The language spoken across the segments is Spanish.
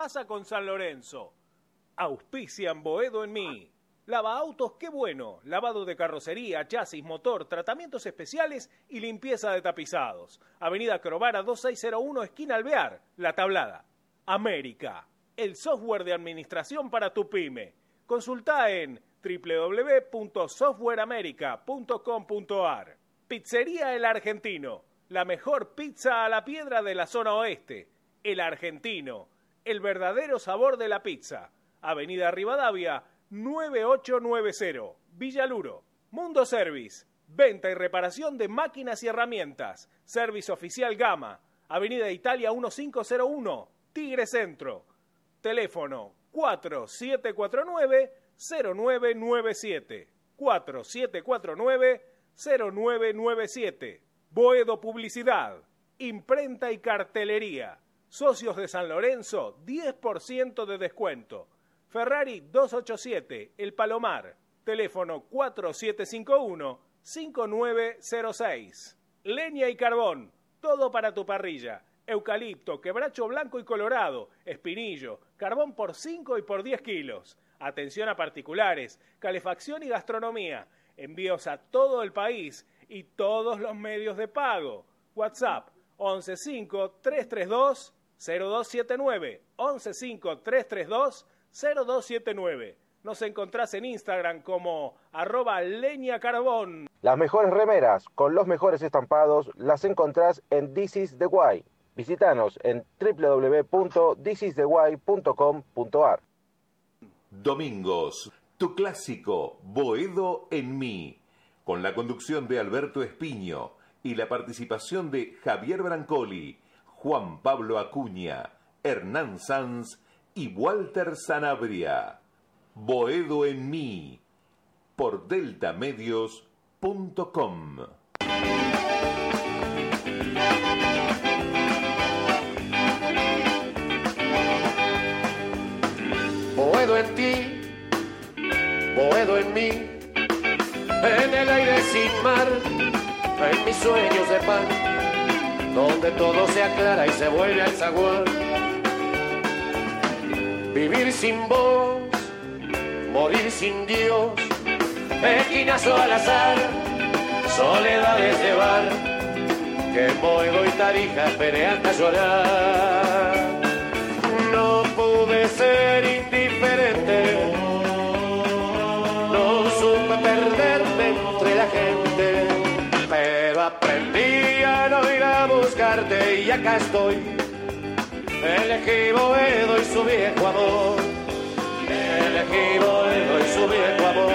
Pasa con San Lorenzo. Auspician Boedo en mí. Lava autos, qué bueno. Lavado de carrocería, chasis, motor, tratamientos especiales y limpieza de tapizados. Avenida Crovara 2601, esquina Alvear, La Tablada. América, el software de administración para tu pyme. Consulta en www.softwareamerica.com.ar. Pizzería El Argentino, la mejor pizza a la piedra de la zona oeste. El Argentino, el verdadero sabor de la pizza. Avenida Rivadavia 9890, Villaluro. Mundo Service, venta y reparación de máquinas y herramientas. Service Oficial Gama, Avenida Italia 1501, Tigre Centro. Teléfono 4749-0997. 4749-0997. Boedo Publicidad, imprenta y cartelería. Socios de San Lorenzo, 10% de descuento. Ferrari 287, El Palomar. Teléfono 4751-5906. Leña y carbón, todo para tu parrilla. Eucalipto, quebracho blanco y colorado, espinillo, carbón por 5 y por 10 kilos. Atención a particulares, calefacción y gastronomía. Envíos a todo el país y todos los medios de pago. WhatsApp 115-332-0279. 115-332-0279. Nos encontrás en Instagram como @leñacarbón. Las mejores remeras con los mejores estampados las encontrás en This is the Way. Visítanos en www.thisistheway.com.ar. Domingos, tu clásico Boedo en mí, con la conducción de Alberto Espiño y la participación de Javier Brancoli, Juan Pablo Acuña, Hernán Sanz y Walter Sanabria. Boedo en mí, por deltamedios.com. Boedo en ti, Boedo en mí, en el aire sin mar, en mis sueños de pan, donde todo se aclara y se vuelve al zaguán. Vivir sin vos, morir sin Dios, esquinazo al azar, soledades de bar, que en Boedo y Tarija esperé hasta llorar. No pude ser indiferente, no supe perderme entre la gente, pero aprendí a no ir a buscarte y acá estoy. Elegí Boedo y su viejo amor, elegí Boedo y su viejo amor.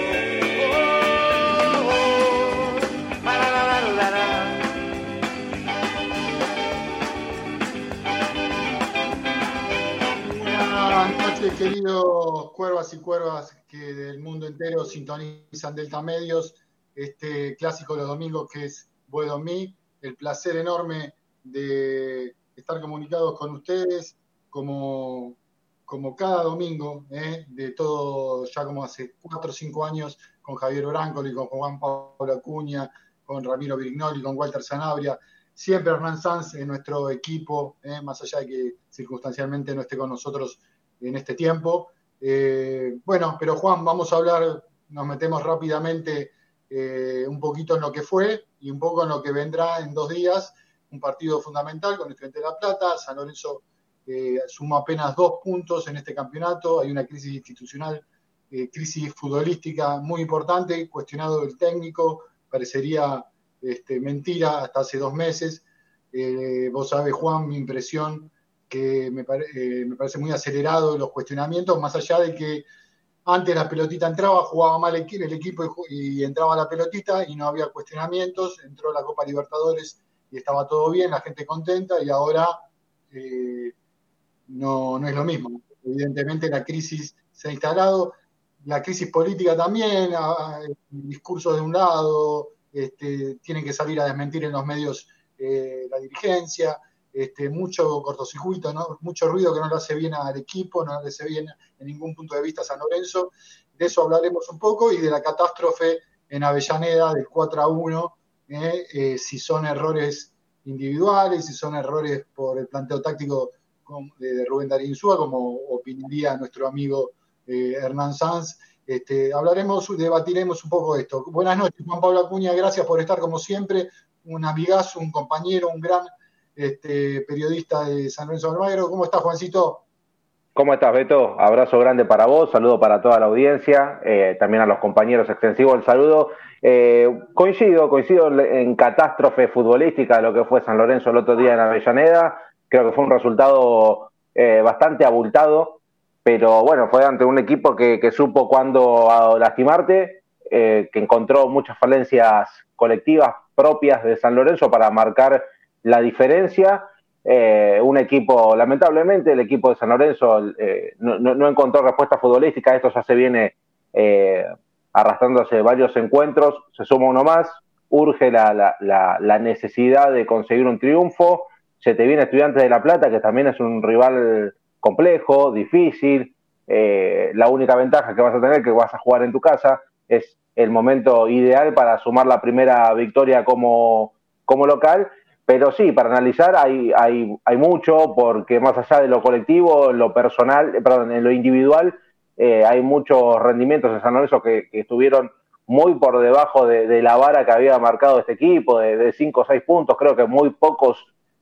Buenas noches, queridos cuervas y cuervas que del mundo entero sintonizan Delta Medios, este clásico de los domingos que es Boedo en mí. El placer enorme de estar comunicados con ustedes como cada domingo, de todo, ya como hace 4 o 5 años, con Javier Brancoli, con Juan Pablo Acuña, con Ramiro Vignoli, con Walter Sanabria, siempre Hernán Sanz en nuestro equipo, más allá de que circunstancialmente no esté con nosotros en este tiempo. Bueno, pero Juan, vamos a hablar, nos metemos rápidamente un poquito en lo que fue y un poco en lo que vendrá en 2 días. Un partido fundamental con Estudiantes de La Plata. San Lorenzo suma apenas 2 puntos en este campeonato. Hay una crisis institucional, crisis futbolística muy importante, cuestionado el técnico, parecería mentira hasta hace 2 meses. Vos sabés, Juan, mi impresión que me parece muy acelerado los cuestionamientos, más allá de que antes la pelotita entraba, jugaba mal el equipo y entraba la pelotita y no había cuestionamientos. Entró la Copa Libertadores y estaba todo bien, la gente contenta, y ahora no es lo mismo. Evidentemente la crisis se ha instalado, la crisis política también, discursos de un lado, tienen que salir a desmentir en los medios la dirigencia, mucho cortocircuito, ¿no? Mucho ruido que no le hace bien al equipo, no le hace bien en ningún punto de vista a San Lorenzo. De eso hablaremos un poco, y de la catástrofe en Avellaneda del 4-1, si son errores individuales, si son errores por el planteo táctico de Rubén Darío Insúa, como opinaría nuestro amigo Hernán Sanz. Debatiremos un poco esto. Buenas noches, Juan Pablo Acuña, gracias por estar como siempre, un amigazo, un compañero, un gran periodista de San Lorenzo de Almagro. ¿Cómo estás, Juancito? ¿Cómo estás, Beto? Abrazo grande para vos, saludo para toda la audiencia, también a los compañeros, extensivo el saludo. Coincido en catástrofe futbolística de lo que fue San Lorenzo el otro día en Avellaneda. Creo que fue un resultado bastante abultado, pero bueno, fue ante un equipo que supo cuándo lastimarte, que encontró muchas falencias colectivas propias de San Lorenzo para marcar la diferencia. Un equipo, lamentablemente, el equipo de San Lorenzo no encontró respuesta futbolística. Esto ya se viene arrastrando hace varios encuentros. Se suma uno más, urge la necesidad de conseguir un triunfo. Se te viene Estudiantes de La Plata, que también es un rival complejo, difícil. La única ventaja que vas a tener, que vas a jugar en tu casa, es el momento ideal para sumar la primera victoria como local. Pero sí, para analizar hay mucho, porque más allá de lo colectivo, en lo personal, en lo individual, hay muchos rendimientos en San Lorenzo que estuvieron muy por debajo de la vara que había marcado este equipo, de 5 o 6 puntos. Creo que muy pocos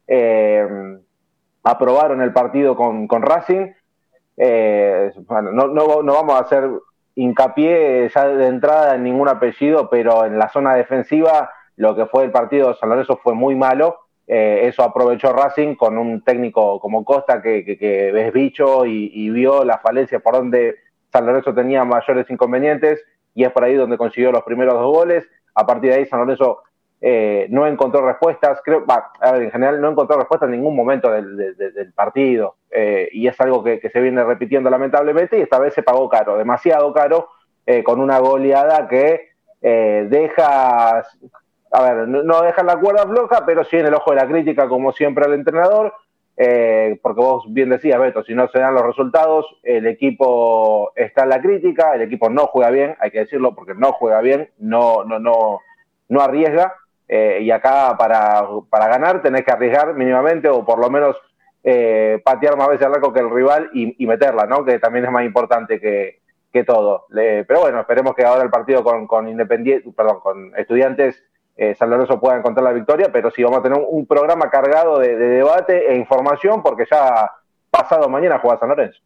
aprobaron el partido con Racing. Bueno, no vamos a hacer hincapié ya de entrada en ningún apellido, pero en la zona defensiva lo que fue el partido de San Lorenzo fue muy malo. Eso aprovechó Racing con un técnico como Costa que es bicho y vio la falencia por donde San Lorenzo tenía mayores inconvenientes, y es por ahí donde consiguió los primeros 2 goles. A partir de ahí San Lorenzo no encontró respuestas, en general no encontró respuestas en ningún momento del partido, y es algo que se viene repitiendo lamentablemente, y esta vez se pagó caro, demasiado caro, con una goleada que deja, no deja la cuerda floja, pero sí en el ojo de la crítica, como siempre, al entrenador, porque vos bien decías, Beto, si no se dan los resultados, el equipo está en la crítica, el equipo no juega bien, hay que decirlo, porque no juega bien, no arriesga. Y acá para ganar tenés que arriesgar mínimamente, o por lo menos patear más veces al arco que el rival y meterla, ¿no? Que también es más importante que todo. Pero bueno, esperemos que ahora el partido con Estudiantes, San Lorenzo pueda encontrar la victoria, pero sí vamos a tener un programa cargado de debate e información, porque ya pasado mañana juega San Lorenzo.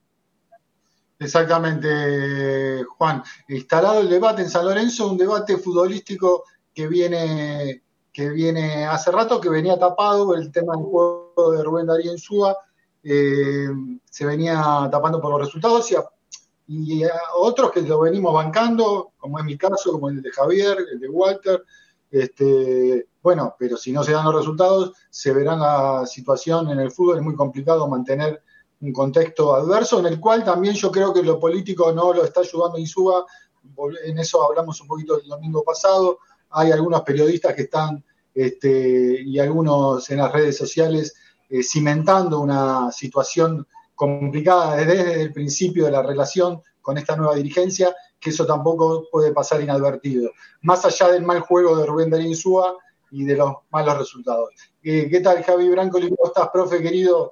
Exactamente, Juan. Instalado el debate en San Lorenzo, un debate futbolístico que viene hace rato, que venía tapado por el tema del juego de Rubén Darío Insúa, se venía tapando por los resultados, y a otros que lo venimos bancando, como es mi caso, como el de Javier, el de Walter. Bueno, pero si no se dan los resultados, se verá la situación en el fútbol. Es muy complicado mantener un contexto adverso, en el cual también yo creo que lo político no lo está ayudando Insúa. En eso hablamos un poquito el domingo pasado. Hay algunos periodistas que están, y algunos en las redes sociales, cimentando una situación complicada desde el principio de la relación con esta nueva dirigencia, que eso tampoco puede pasar inadvertido, más allá del mal juego de Rubén Darío Insúa y de los malos resultados. ¿Qué tal, Javi Brancoli? ¿Cómo estás, profe querido?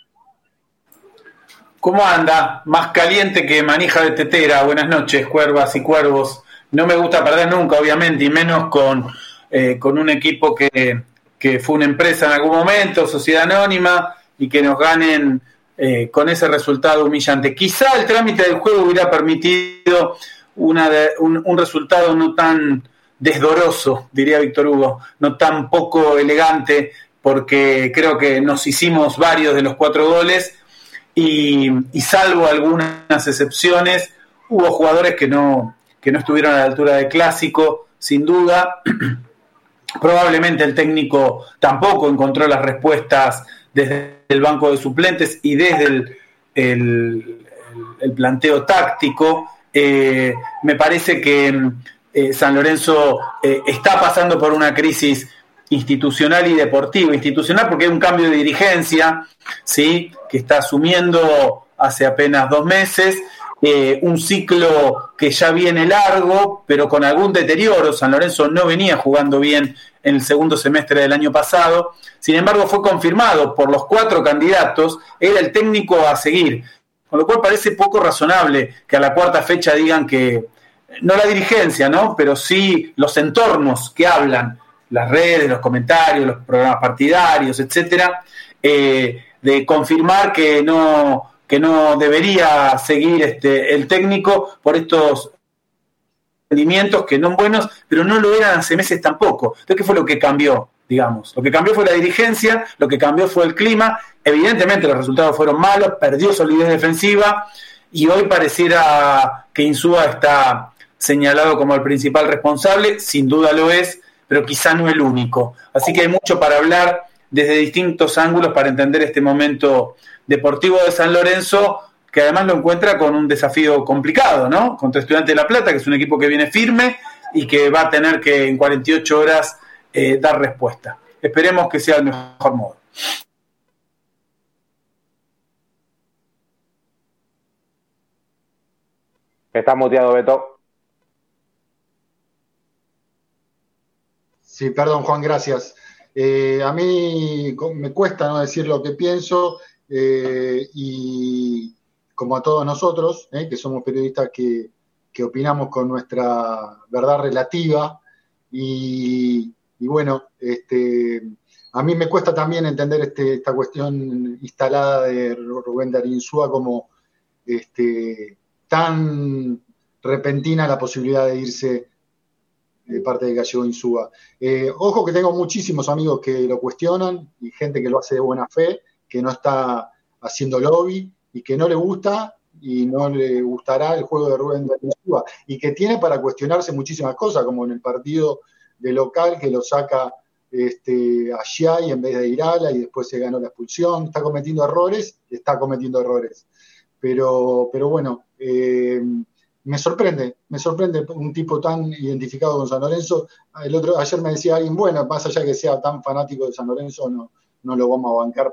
¿Cómo anda? Más caliente que manija de tetera. Buenas noches, cuervas y cuervos. No me gusta perder nunca, obviamente, y menos con un equipo que fue una empresa en algún momento, sociedad anónima, y que nos ganen con ese resultado humillante. Quizá el trámite del juego hubiera permitido un resultado no tan desdoroso, diría Víctor Hugo, no tan poco elegante, porque creo que nos hicimos varios de los 4 goles, y salvo algunas excepciones, hubo jugadores que no estuvieron a la altura del clásico, sin duda. Probablemente el técnico tampoco encontró las respuestas desde el banco de suplentes y desde el planteo táctico. Me parece que San Lorenzo está pasando por una crisis institucional y deportiva. Institucional porque hay un cambio de dirigencia, ¿sí?, que está asumiendo hace apenas 2 meses, un ciclo que ya viene largo, pero con algún deterioro. San Lorenzo no venía jugando bien en el segundo semestre del año pasado. Sin embargo, fue confirmado por los 4 candidatos, era el técnico a seguir. Con lo cual parece poco razonable que a la 4ª fecha digan que, no la dirigencia, ¿no?, pero sí los entornos que hablan, las redes, los comentarios, los programas partidarios, etcétera, de confirmar que no debería seguir el técnico por estos rendimientos que no son buenos, pero no lo eran hace meses tampoco. Entonces, ¿qué fue lo que cambió? Digamos, lo que cambió fue la dirigencia, lo que cambió fue el clima. Evidentemente los resultados fueron malos, perdió solidez defensiva y hoy pareciera que Insúa está señalado como el principal responsable. Sin duda lo es, pero quizá no el único. Así que hay mucho para hablar desde distintos ángulos para entender este momento deportivo de San Lorenzo, que además lo encuentra con un desafío complicado, ¿no?, contra Estudiantes de La Plata, que es un equipo que viene firme y que va a tener que en 48 horas dar respuesta. Esperemos que sea el mejor modo. Está muteado, Beto. Sí, perdón, Juan, gracias. A mí me cuesta no decir lo que pienso, y como a todos nosotros, que somos periodistas que opinamos con nuestra verdad relativa, y bueno, a mí me cuesta también entender esta cuestión instalada de Rubén Darío Insúa como tan repentina la posibilidad de irse de parte del gallego Insúa. Ojo que tengo muchísimos amigos que lo cuestionan y gente que lo hace de buena fe, que no está haciendo lobby y que no le gusta y no le gustará el juego de Rubén Darío Insúa y que tiene para cuestionarse muchísimas cosas, como en el partido de local que lo saca a Giai en vez de Irala y después se ganó la expulsión. Está cometiendo errores. Pero bueno, me sorprende un tipo tan identificado con San Lorenzo. Ayer me decía alguien, bueno, más allá que sea tan fanático de San Lorenzo, no lo vamos a bancar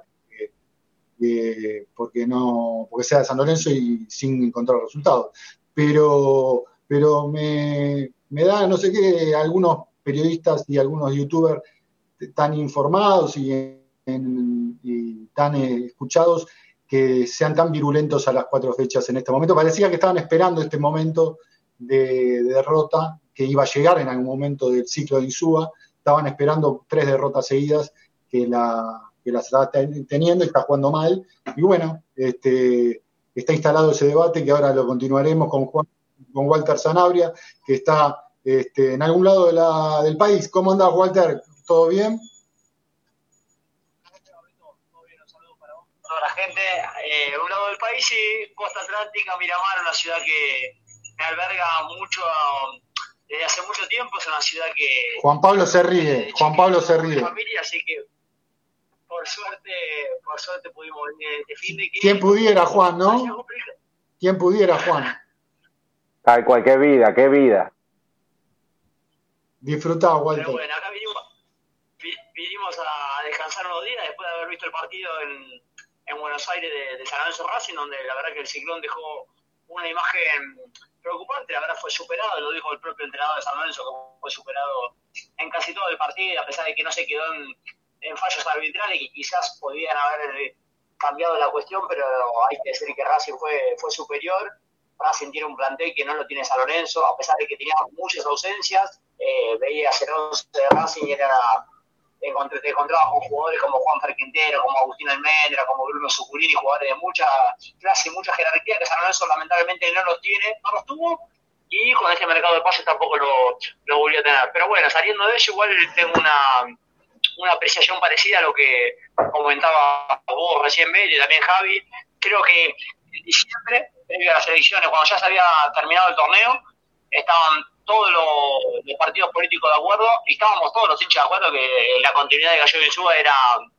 porque sea de San Lorenzo y sin encontrar resultados. Pero me da, no sé qué, algunos periodistas y algunos youtubers tan informados y tan escuchados que sean tan virulentos a las 4 fechas en este momento. Parecía que estaban esperando este momento de derrota que iba a llegar en algún momento del ciclo de Insúa. Estaban esperando 3 derrotas seguidas que las está teniendo y está jugando mal. Y bueno, está instalado ese debate que ahora lo continuaremos con Walter Sanabria, que está en algún lado del país. ¿Cómo andás, Walter? ¿Todo bien? Toda la gente, un lado del país y Costa Atlántica, Miramar, una ciudad que me alberga mucho desde hace mucho tiempo. Es una ciudad que Juan Pablo se ríe. Familia, así que por suerte pudimos venir este fin de que ¿quién pudiera, Juan, no? ¿Quién pudiera, Juan? Tal cual, qué vida. Disfrutá, Walter. Pero bueno, acá vinimos a descansar unos días después de haber visto el partido en Buenos Aires de San Lorenzo Racing, donde la verdad que el Ciclón dejó una imagen preocupante. La verdad fue superado, lo dijo el propio entrenador de San Lorenzo, que fue superado en casi todo el partido, a pesar de que no se quedó en fallos arbitrales que quizás podían haber cambiado la cuestión, pero hay que decir que Racing fue superior. Racing tiene un plantel que no lo tiene San Lorenzo, a pesar de que tenía muchas ausencias. Veías el 11 de Racing y te encontrabas con jugadores como Juan Ferquintero, como Agustín Almendra, como Bruno Suculini, jugadores de mucha clase y mucha jerarquía que San Lorenzo lamentablemente no los tuvo, y con este mercado de pases tampoco lo volvió a tener. Pero bueno, saliendo de eso, igual tengo una apreciación parecida a lo que comentaba vos recién, Bel, y también Javi. Creo que en diciembre, previo a las elecciones, cuando ya se había terminado el torneo, estaban todos los partidos políticos de acuerdo, y estábamos todos los hinchas de acuerdo que la continuidad de Gallego Insúa era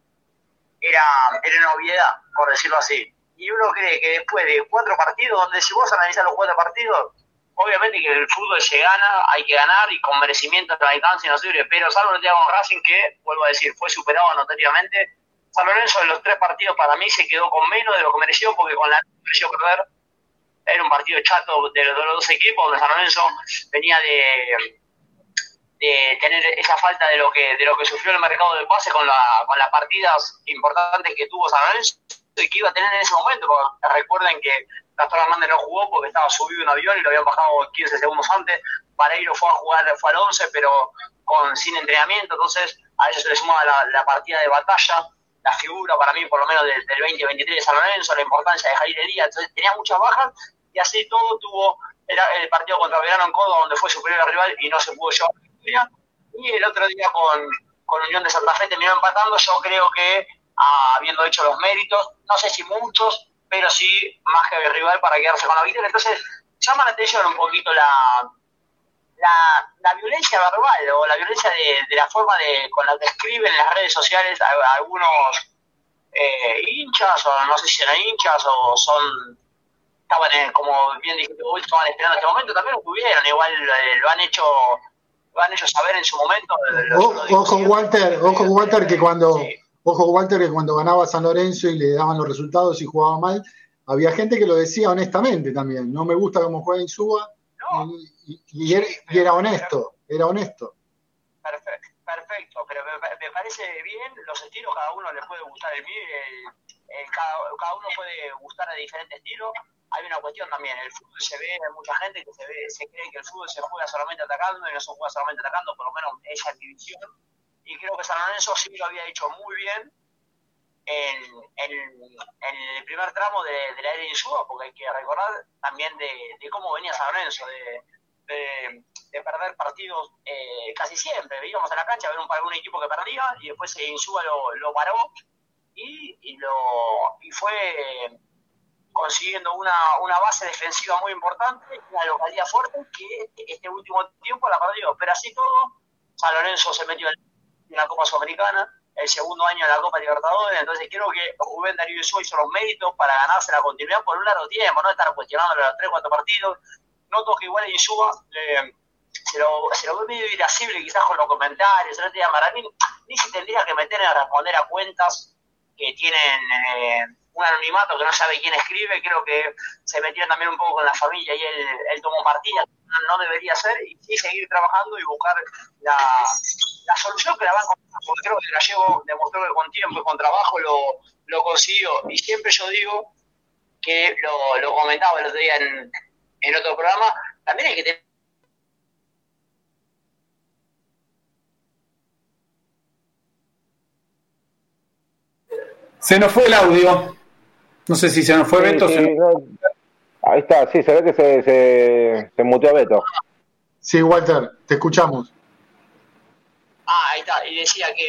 una obviedad, por decirlo así. Y uno cree que después de 4 partidos, donde si vos analizás los 4 partidos, obviamente que el fútbol se gana, hay que ganar, y con merecimiento no alcance y no sirve, pero salvo el día con Racing, que, vuelvo a decir, fue superado notoriamente, San Lorenzo en los 3 partidos para mí se quedó con menos de lo que mereció, porque con la mereció perder. era un partido chato de los dos equipos, donde San Lorenzo venía de tener esa falta de lo que sufrió el mercado de pase con las partidas importantes que tuvo San Lorenzo y que iba a tener en ese momento. Porque recuerden que Gastón Hernández no jugó porque estaba subido en un avión y lo habían bajado 15 segundos antes. Vareiro fue al 11, pero sin entrenamiento. Entonces a eso se le sumaba la partida de batalla, la figura para mí por lo menos del 2023 de San Lorenzo, la importancia de Jair Elías. Entonces tenía muchas bajas y así todo tuvo el partido contra Belgrano en Córdoba, donde fue superior al rival y no se pudo llevar. Y el otro día con Unión de Santa Fe terminó empatando. Yo creo que habiendo hecho los méritos, no sé si muchos, pero sí más que el rival para quedarse con la victoria. Entonces llama la atención un poquito la violencia verbal o la violencia de la forma con la que escriben en las redes sociales algunos hinchas, o no sé si eran hinchas o estaban como bien dijiste, estaban esperando este momento. También lo tuvieron, igual lo han hecho saber en su momento. Ojo Walter que cuando ganaba San Lorenzo y le daban los resultados y jugaba mal, había gente que lo decía honestamente también. No me gusta cómo juega Insúa, y era honesto. Perfecto, pero me parece bien los estilos. Cada uno le puede gustar cada uno puede gustar de diferentes estilos. Hay una cuestión también, el fútbol se ve, hay mucha gente que se cree que el fútbol se juega solamente atacando y no se juega solamente atacando, por lo menos esa división. Y creo que San Lorenzo sí lo había hecho muy bien en el primer tramo de la era de Insúa, porque hay que recordar también de cómo venía San Lorenzo, de perder partidos casi siempre. Íbamos a la cancha a ver un equipo que perdía y después Insúa lo paró y fue consiguiendo una base defensiva muy importante, una localidad fuerte que este último tiempo la perdió. Pero así todo, San Lorenzo se metió en la Copa Sudamericana, el segundo año en la Copa Libertadores. Entonces creo que Rubén Darío Insúa hizo los méritos para ganarse la continuidad por un largo tiempo, no estar cuestionándole los 3-4 partidos. Noto que igual Insúa se lo ve medio irascible quizás con los comentarios. El otro día Maradín ni se tendría que meter en responder a cuentas que tienen un anonimato, que no sabe quién escribe. Creo que se metió también un poco con la familia y él tomó partida. No debería ser, y seguir trabajando y buscar la solución que la van a encontrar, porque creo que el Gallego demostró que con tiempo y con trabajo lo consiguió. Y siempre yo digo que lo comentaba el otro día en otro programa, también hay que tener. Se nos fue el audio. No sé si se nos fue Beto. Sí, no. Ahí está, sí, se ve que se muteó Beto. Sí, Walter, te escuchamos. Ahí está, y decía que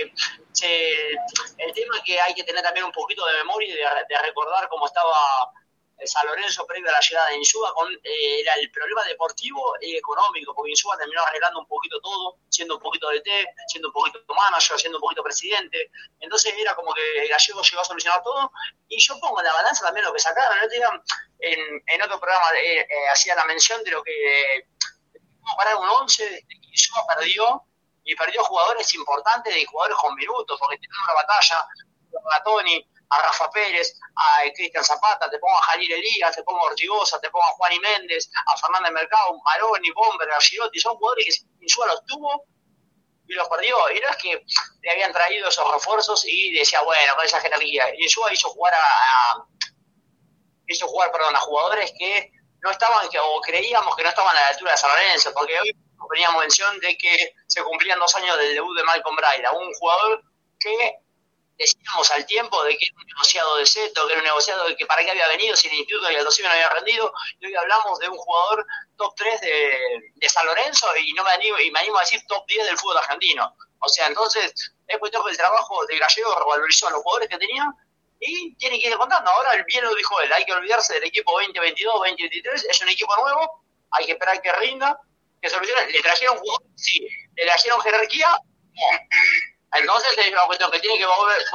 el tema es que hay que tener también un poquito de memoria y de recordar cómo estaba San Lorenzo previo a la llegada de Insúa. Era el problema deportivo y económico, porque Insúa terminó arreglando un poquito todo, siendo un poquito DT, siendo un poquito manager, siendo un poquito presidente. Entonces era como que el Gallego llegó a solucionar todo, y yo pongo en la balanza también lo que sacaron. En otro programa hacía la mención de lo que parar un 11 de que Insúa perdió jugadores importantes y jugadores con minutos, porque tenía una batalla a Tony, a Rafa Pérez, a Cristian Zapata, te pongo a Jair Elías, te pongo a Ortigosa, te pongo a Juan y Méndez, a Fernández Mercado, Maroni, Bomber, a Girotti. Son jugadores que Insúa los tuvo y los perdió. Y no es que le habían traído esos refuerzos y decía, bueno, con esa jerarquía. Insúa hizo jugar a jugadores que no estaban, o creíamos que no estaban a la altura de San Lorenzo, porque hoy teníamos mención de que se cumplían 2 años del debut de Malcolm Braida, un jugador que decíamos al tiempo de que era un negociado de Seto, que era un negociado de que para qué había venido si el Instituto y el Dosivo no había rendido, y hoy hablamos de un jugador top 3 de San Lorenzo, y me animo a decir top 10 del fútbol argentino. O sea, entonces es cuestión que el trabajo de Gallego revalorizó a los jugadores que tenía y tiene que ir contando. Ahora bien lo dijo él, hay que olvidarse del equipo 2022, 2023, es un equipo nuevo, hay que esperar que rinda, que solucione. ¿Le trajeron jugadores? Sí. ¿Le trajeron jerarquía? No. Entonces es una cuestión que tiene que va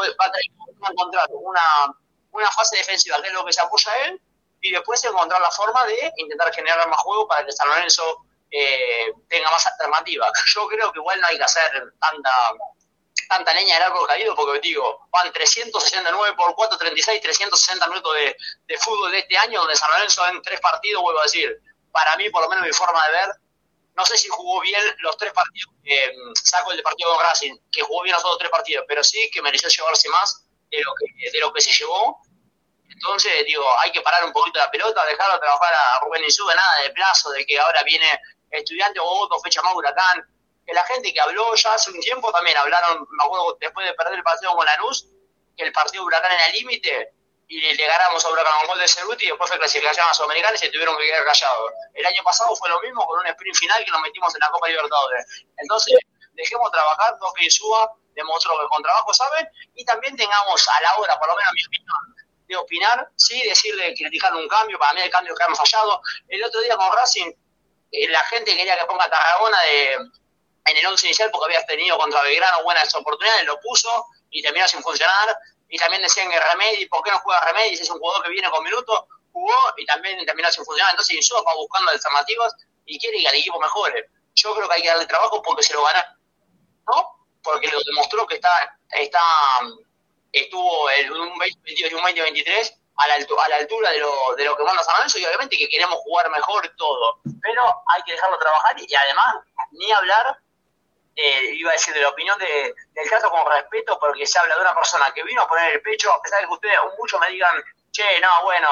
a encontrar una fase defensiva, que es lo que se apoya a él, y después encontrar la forma de intentar generar más juego para que San Lorenzo tenga más alternativas. Yo creo que igual no hay que hacer tanta leña del árbol caído, porque digo, van 369 por 436, 360 minutos de fútbol de este año, donde San Lorenzo en 3 partidos, vuelvo a decir, para mí, por lo menos mi forma de ver, no sé si jugó bien los 3 partidos, saco el de partido con Racing, que jugó bien los otros 3 partidos, pero sí que mereció llevarse más de lo que se llevó. Entonces, digo, hay que parar un poquito la pelota, dejarlo trabajar a Rubén Insúa, nada de plazo, de que ahora viene Estudiante o 2 fechas más Huracán. Que la gente que habló ya hace un tiempo también hablaron, me acuerdo, después de perder el partido con Lanús, que el partido Huracán era límite, y le ganamos a Huracán con gol de Cerruti, y después fue clasificación a Sudamericana y se tuvieron que quedar callados. El año pasado fue lo mismo con un sprint final que nos metimos en la Copa Libertadores. Entonces, dejemos trabajar, Toque Insúa demostró que con trabajo sabe, y también tengamos a la hora, por lo menos mi opinión, de opinar, sí, decirle, criticar un cambio, para mí el cambio es Carlos Fallado. El otro día con Racing, la gente quería que ponga a Tarragona en el 11 inicial porque había tenido contra Belgrano buenas oportunidades, lo puso y terminó sin funcionar. Y también decían que Remedi, ¿por qué no juega Remedi? Si es un jugador que viene con minutos, jugó y también terminó sin funcionar. Entonces Insúa va buscando alternativas y quiere que el equipo mejore. Yo creo que hay que darle trabajo porque se lo gana, ¿no? Porque lo demostró que estuvo en un 2022 y un 2023 a la altura de lo que manda San Lorenzo, y obviamente que queremos jugar mejor todo, pero hay que dejarlo trabajar. Y además, ni hablar, iba a decir, de la opinión del trato con respeto, porque se habla de una persona que vino a poner el pecho, a pesar de que ustedes muchos me digan, che, no, bueno,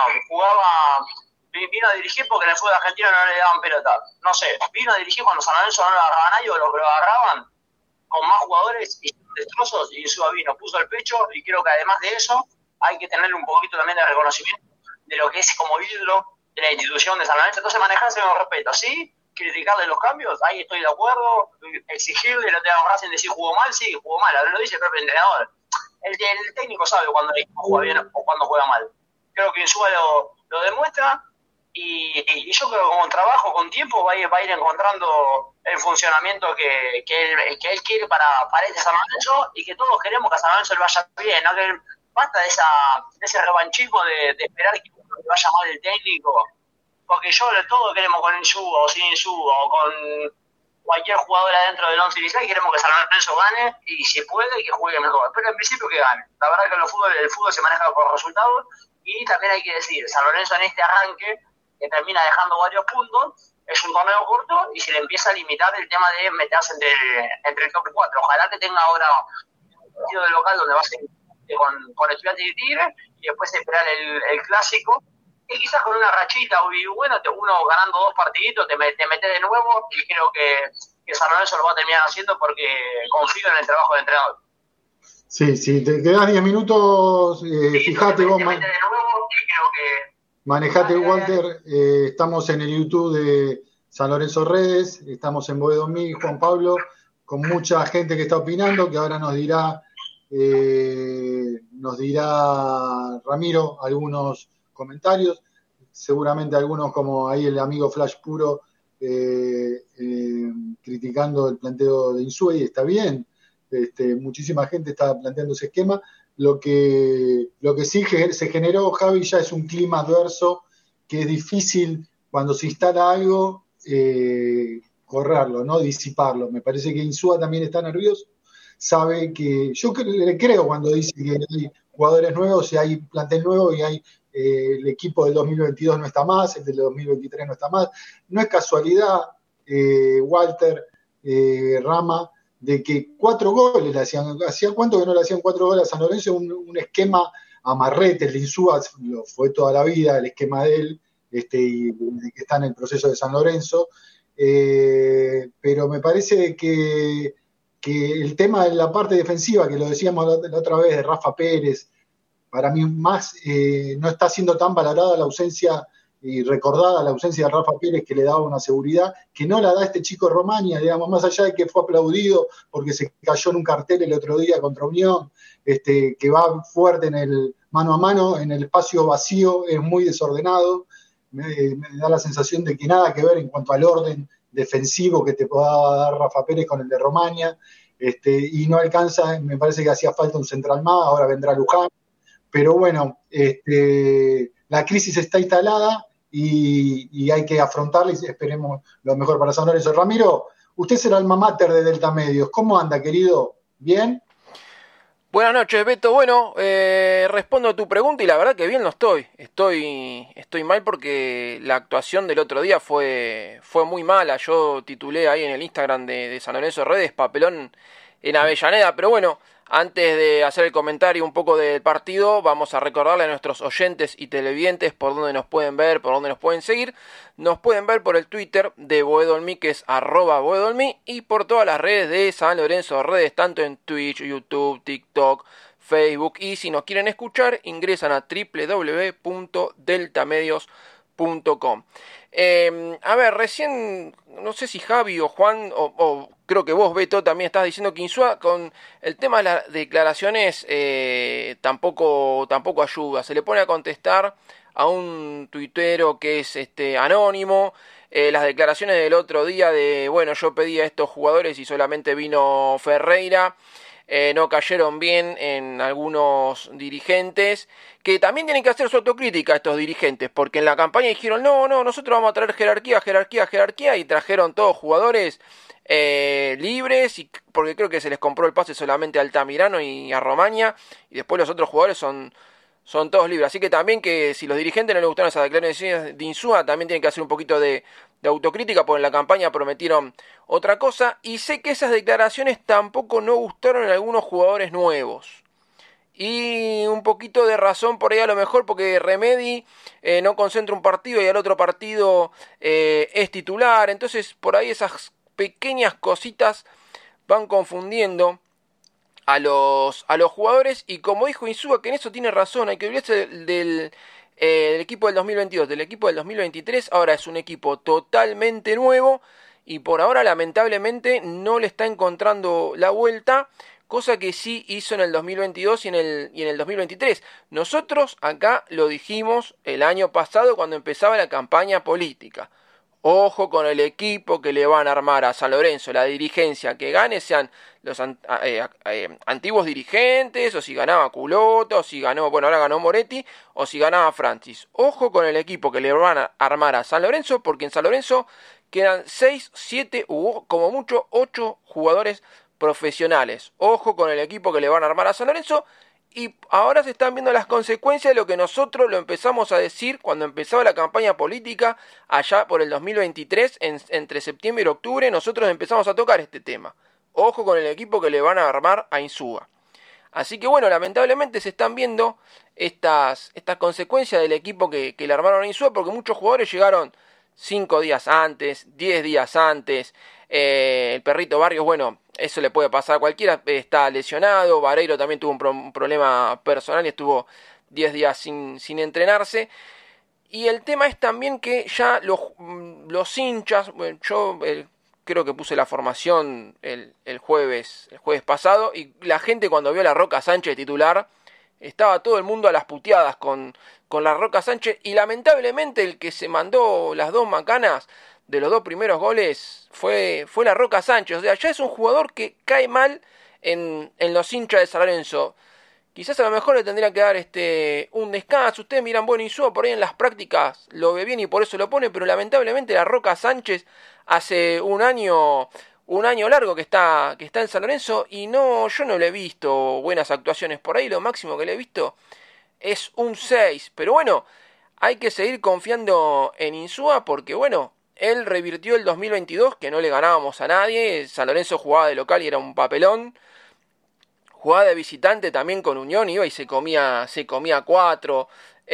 vino a dirigir porque en el fútbol argentino no le daban pelota. No sé, vino a dirigir cuando San Lorenzo no lo agarraba a nadie, o lo agarraban con más jugadores y destrozos, y Insúa vino, puso el pecho, y creo que además de eso hay que tenerle un poquito también de reconocimiento de lo que es como ídolo de la institución de San Lorenzo. Entonces manejarse con respeto, ¿sí? Criticarle los cambios, ahí estoy de acuerdo, exigirle, no te hagan Racing decir jugó mal, sí, jugó mal, ahora lo dice el propio entrenador. El técnico sabe cuando el equipo juega bien o cuando juega mal. Creo que Insúa lo demuestra, y yo creo que con trabajo, con tiempo, va a ir encontrando el funcionamiento que él quiere para este San Lorenzo, y que todos queremos que a San Lorenzo le vaya bien, ¿no? Que basta de ese revanchismo de esperar que vaya mal el técnico, porque todos queremos con Insúa o sin Insúa o con cualquier jugador adentro del 11 inicial, queremos que San Lorenzo gane, y si puede que juegue mejor, pero en principio que gane. La verdad que el fútbol se maneja por resultados, y también hay que decir, San Lorenzo en este arranque, que termina dejando varios puntos, es un torneo corto y se le empieza a limitar el tema de meterse entre el top 4. Ojalá que tenga ahora un partido de local donde va a ser con Estudiantes y Tigre, y después esperar el clásico, y quizás con una rachita, y bueno, uno ganando 2 partiditos te metes de nuevo, y creo que San Lorenzo lo va a terminar haciendo porque confío en el trabajo del entrenador. Sí, te quedas 10 minutos, fíjate vos, manejate, Walter. Estamos en el YouTube de San Lorenzo Redes, estamos en Boedo Mí, Juan Pablo, con mucha gente que está opinando, que ahora nos dirá Ramiro algunos comentarios, seguramente algunos, como ahí el amigo Flash Puro, criticando el planteo de Insúa, y está bien. Muchísima gente está planteando ese esquema. Lo que sí se generó, Javi, ya es un clima adverso que es difícil cuando se instala algo correrlo, ¿no? Disiparlo. Me parece que Insúa también está nervioso, sabe que, yo le creo cuando dice que hay jugadores nuevos y hay plantel nuevo y hay el equipo del 2022 no está más, el del 2023 no está más. No es casualidad, Walter, Rama, de que 4 goles le hacían. ¿Hacía cuánto que no le hacían 4 goles a San Lorenzo? Un esquema amarrete, el de Insúa lo fue toda la vida, el esquema de él, y que está en el proceso de San Lorenzo. Pero me parece que el tema de la parte defensiva, que lo decíamos la otra vez, de Rafa Pérez, para mí más no está siendo tan valorada la ausencia y recordada la ausencia de Rafa Pérez, que le daba una seguridad que no la da este chico Romaña, digamos, más allá de que fue aplaudido porque se cayó en un cartel el otro día contra Unión, que va fuerte en el mano a mano, en el espacio vacío, es muy desordenado, me da la sensación de que nada que ver en cuanto al orden defensivo que te pueda dar Rafa Pérez con el de Romaña, y no alcanza. Me parece que hacía falta un central más, ahora vendrá Luján, pero bueno, la crisis está instalada y hay que afrontarla, y esperemos lo mejor para San Lorenzo. Ramiro, usted es el alma mater de Delta Medios, ¿cómo anda, querido? ¿Bien? Buenas noches, Beto. Bueno, respondo a tu pregunta y la verdad que bien no estoy. Estoy mal porque la actuación del otro día fue muy mala. Yo titulé ahí en el Instagram de San Lorenzo Redes, papelón en Avellaneda. Pero bueno, antes de hacer el comentario un poco del partido, vamos a recordarle a nuestros oyentes y televidentes por dónde nos pueden ver, por dónde nos pueden seguir. Nos pueden ver por el Twitter de Boedolmi, que es @Boedolmi, y por todas las redes de San Lorenzo Redes, tanto en Twitch, YouTube, TikTok, Facebook. Y si nos quieren escuchar, ingresan a www.deltamedios.com. A ver, recién, no sé si Javi o Juan, o creo que vos, Beto, también estás diciendo que Insúa con el tema de las declaraciones tampoco ayuda. Se le pone a contestar a un tuitero que es anónimo. Las declaraciones del otro día de, bueno, yo pedí a estos jugadores y solamente vino Ferreira. No cayeron bien en algunos dirigentes, que también tienen que hacer su autocrítica estos dirigentes, porque en la campaña dijeron, no, nosotros vamos a traer jerarquía, y trajeron todos jugadores libres, y porque creo que se les compró el pase solamente a Altamirano y a Romaña, y después los otros jugadores son todos libres. Así que también que si los dirigentes no les gustaron esas declaraciones de Insúa, también tienen que hacer un poquito de autocrítica, porque en la campaña prometieron otra cosa, y sé que esas declaraciones tampoco no gustaron a algunos jugadores nuevos. Y un poquito de razón por ahí a lo mejor, porque Remedi no concentra un partido y al otro partido es titular. Entonces por ahí esas pequeñas cositas van confundiendo a los jugadores. Y como dijo Insúa, que en eso tiene razón, hay que olvidarse del equipo del 2022, del equipo del 2023. Ahora es un equipo totalmente nuevo y por ahora lamentablemente no le está encontrando la vuelta, cosa que sí hizo en el 2022 y en el 2023. Nosotros acá lo dijimos el año pasado cuando empezaba la campaña política. Ojo con el equipo que le van a armar a San Lorenzo, la dirigencia que gane, sean los antiguos dirigentes, o si ganaba Culota, o si ganó, bueno, ahora ganó Moretti, o si ganaba Francis. Ojo con el equipo que le van a armar a San Lorenzo, porque en San Lorenzo quedan 6, 7 u como mucho 8 jugadores profesionales. Ojo con el equipo que le van a armar a San Lorenzo. Y ahora se están viendo las consecuencias de lo que nosotros lo empezamos a decir cuando empezaba la campaña política allá por el 2023, entre septiembre y octubre, nosotros empezamos a tocar este tema. Ojo con el equipo que le van a armar a Insúa. Así que bueno, lamentablemente se están viendo estas consecuencias del equipo que le armaron a Insúa, porque muchos jugadores llegaron 5 días antes, 10 días antes. El Perrito Barrios, bueno, eso le puede pasar a cualquiera, está lesionado. Vareiro también tuvo un problema personal y estuvo 10 días sin entrenarse. Y el tema es también que ya los hinchas, bueno, yo creo que puse la formación el jueves pasado, y la gente cuando vio a la Roca Sánchez titular, estaba todo el mundo a las puteadas con la Roca Sánchez, y lamentablemente el que se mandó las 2 macanas de los 2 primeros goles fue la Roca Sánchez. O sea, ya es un jugador que cae mal en los hinchas de San Lorenzo. Quizás a lo mejor le tendría que dar un descanso. Ustedes miran, bueno, Insúa por ahí en las prácticas lo ve bien y por eso lo pone, pero lamentablemente la Roca Sánchez hace un año largo que está en San Lorenzo, y yo no le he visto buenas actuaciones por ahí. Lo máximo que le he visto es un 6. Pero bueno, hay que seguir confiando en Insúa, porque bueno, él revirtió el 2022, que no le ganábamos a nadie. San Lorenzo jugaba de local y era un papelón. Jugaba de visitante también con Unión, iba y se comía 4.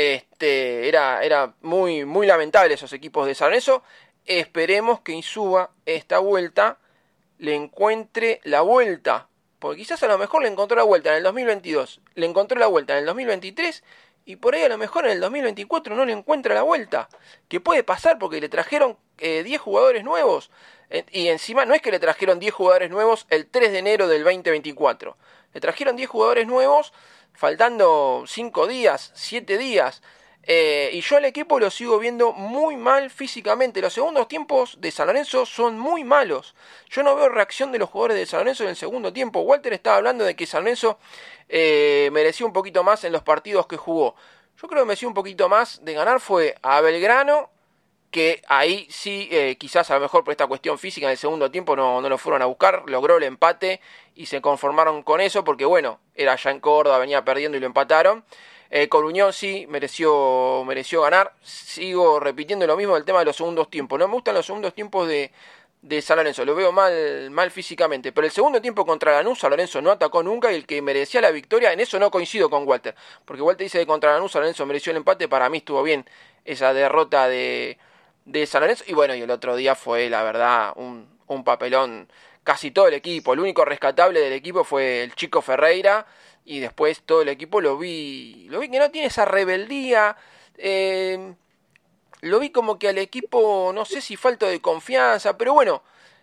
Era muy, muy lamentable esos equipos de San Lorenzo. Esperemos que Insúa esta vuelta le encuentre la vuelta, porque quizás a lo mejor le encontró la vuelta en el 2022, le encontró la vuelta en el 2023, y por ahí a lo mejor en el 2024 no le encuentra la vuelta, que puede pasar porque le trajeron 10 jugadores nuevos, y encima no es que le trajeron 10 jugadores nuevos el 3 de enero del 2024, le trajeron 10 jugadores nuevos faltando 5 días, 7 días, y yo al equipo lo sigo viendo muy mal físicamente. Los segundos tiempos de San Lorenzo son muy malos. Yo no veo reacción de los jugadores de San Lorenzo en el segundo tiempo. Walter estaba hablando de que San Lorenzo mereció un poquito más en los partidos que jugó. Yo creo que mereció un poquito más de ganar fue a Belgrano que ahí sí, quizás a lo mejor por esta cuestión física en el segundo tiempo no lo fueron a buscar, logró el empate y se conformaron con eso, porque bueno, era ya en Córdoba, venía perdiendo y lo empataron. Con Unión sí, mereció ganar. Sigo repitiendo lo mismo del tema de los segundos tiempos. No me gustan los segundos tiempos de San Lorenzo, lo veo mal físicamente. Pero el segundo tiempo contra Lanús, San Lorenzo no atacó nunca y el que merecía la victoria, en eso no coincido con Walter. Porque Walter dice que contra Lanús, San Lorenzo mereció el empate. Para mí estuvo bien esa derrota de San Lorenzo. Y bueno, y el otro día fue, la verdad, un papelón. Casi todo el equipo, el único rescatable del equipo fue el Chico Ferreira. Y después todo el equipo lo vi que no tiene esa rebeldía. Lo vi como que al equipo, no sé si falta de confianza, pero bueno,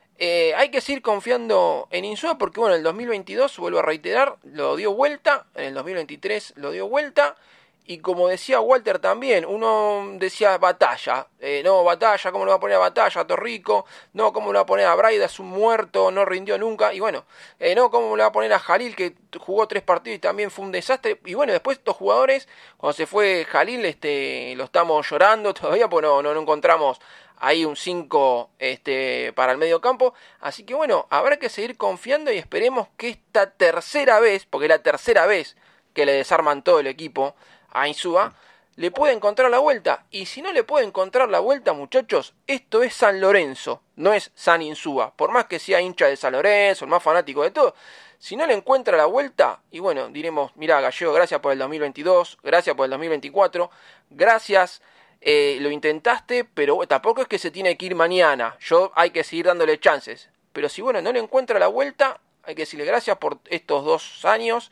hay que seguir confiando en Insúa porque bueno, el 2022, vuelvo a reiterar, lo dio vuelta, en el 2023 lo dio vuelta, y como decía Walter también, uno decía batalla, no, batalla, ¿cómo lo va a poner a batalla a Torrico? No, ¿cómo lo va a poner a Braida? Es un muerto, no rindió nunca, y bueno, no, ¿cómo lo va a poner a Jalil, que jugó 3 partidos y también fue un desastre? Y bueno, después estos jugadores, cuando se fue Jalil, lo estamos llorando todavía, pues no encontramos ahí un 5 para el medio campo, así que bueno, habrá que seguir confiando y esperemos que esta tercera vez, porque es la tercera vez que le desarman todo el equipo a Insúa, le puede encontrar la vuelta. Y si no le puede encontrar la vuelta, muchachos, esto es San Lorenzo, no es San Insúa. Por más que sea hincha de San Lorenzo, el más fanático de todo, si no le encuentra la vuelta, y bueno, diremos, mirá, Gallego, gracias por el 2022, gracias por el 2024, gracias, lo intentaste, pero tampoco es que se tiene que ir mañana. Hay que seguir dándole chances. Pero si bueno, no le encuentra la vuelta, hay que decirle gracias por estos 2 años.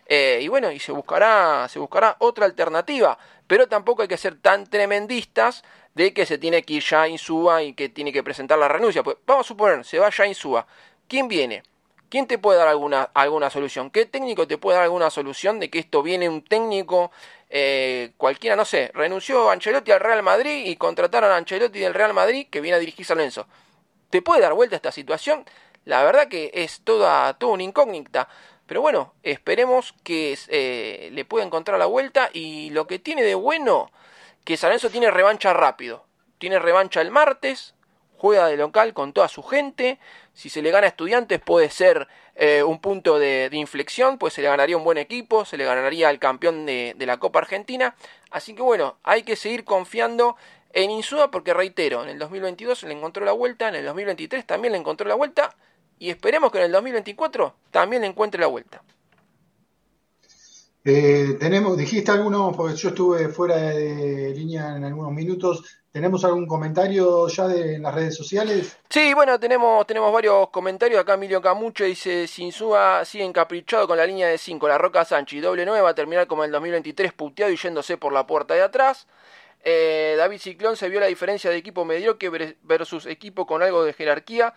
Y bueno, y se buscará otra alternativa, pero tampoco hay que ser tan tremendistas de que se tiene que ir ya Insúa y que tiene que presentar la renuncia. Pues vamos a suponer, se va ya Insúa. ¿Quién viene? ¿Quién te puede dar alguna solución? ¿Qué técnico te puede dar alguna solución de que esto viene un técnico cualquiera? No sé, renunció Ancelotti al Real Madrid y contrataron a Ancelotti del Real Madrid que viene a dirigir San Lorenzo. ¿Te puede dar vuelta a esta situación? La verdad que es toda una incógnita. Pero bueno, esperemos que le pueda encontrar la vuelta. Y lo que tiene de bueno, que San Lorenzo tiene revancha rápido. Tiene revancha el martes, juega de local con toda su gente. Si se le gana a Estudiantes puede ser un punto de inflexión, pues se le ganaría un buen equipo, se le ganaría al campeón de la Copa Argentina. Así que bueno, hay que seguir confiando en Insúa porque reitero, en el 2022 le encontró la vuelta, en el 2023 también le encontró la vuelta. Y esperemos que en el 2024 también le encuentre la vuelta. Dijiste algunos, porque yo estuve fuera de línea en algunos minutos. ¿Tenemos algún comentario ya en las redes sociales? Sí, bueno, tenemos varios comentarios. Acá Emilio Camucho dice: Insúa sigue encaprichado con la línea de 5, La Roca Sánchez, doble 9, va a terminar como en el 2023 puteado y yéndose por la puerta de atrás. David Ciclón: se vio la diferencia de equipo mediocre versus equipo con algo de jerarquía.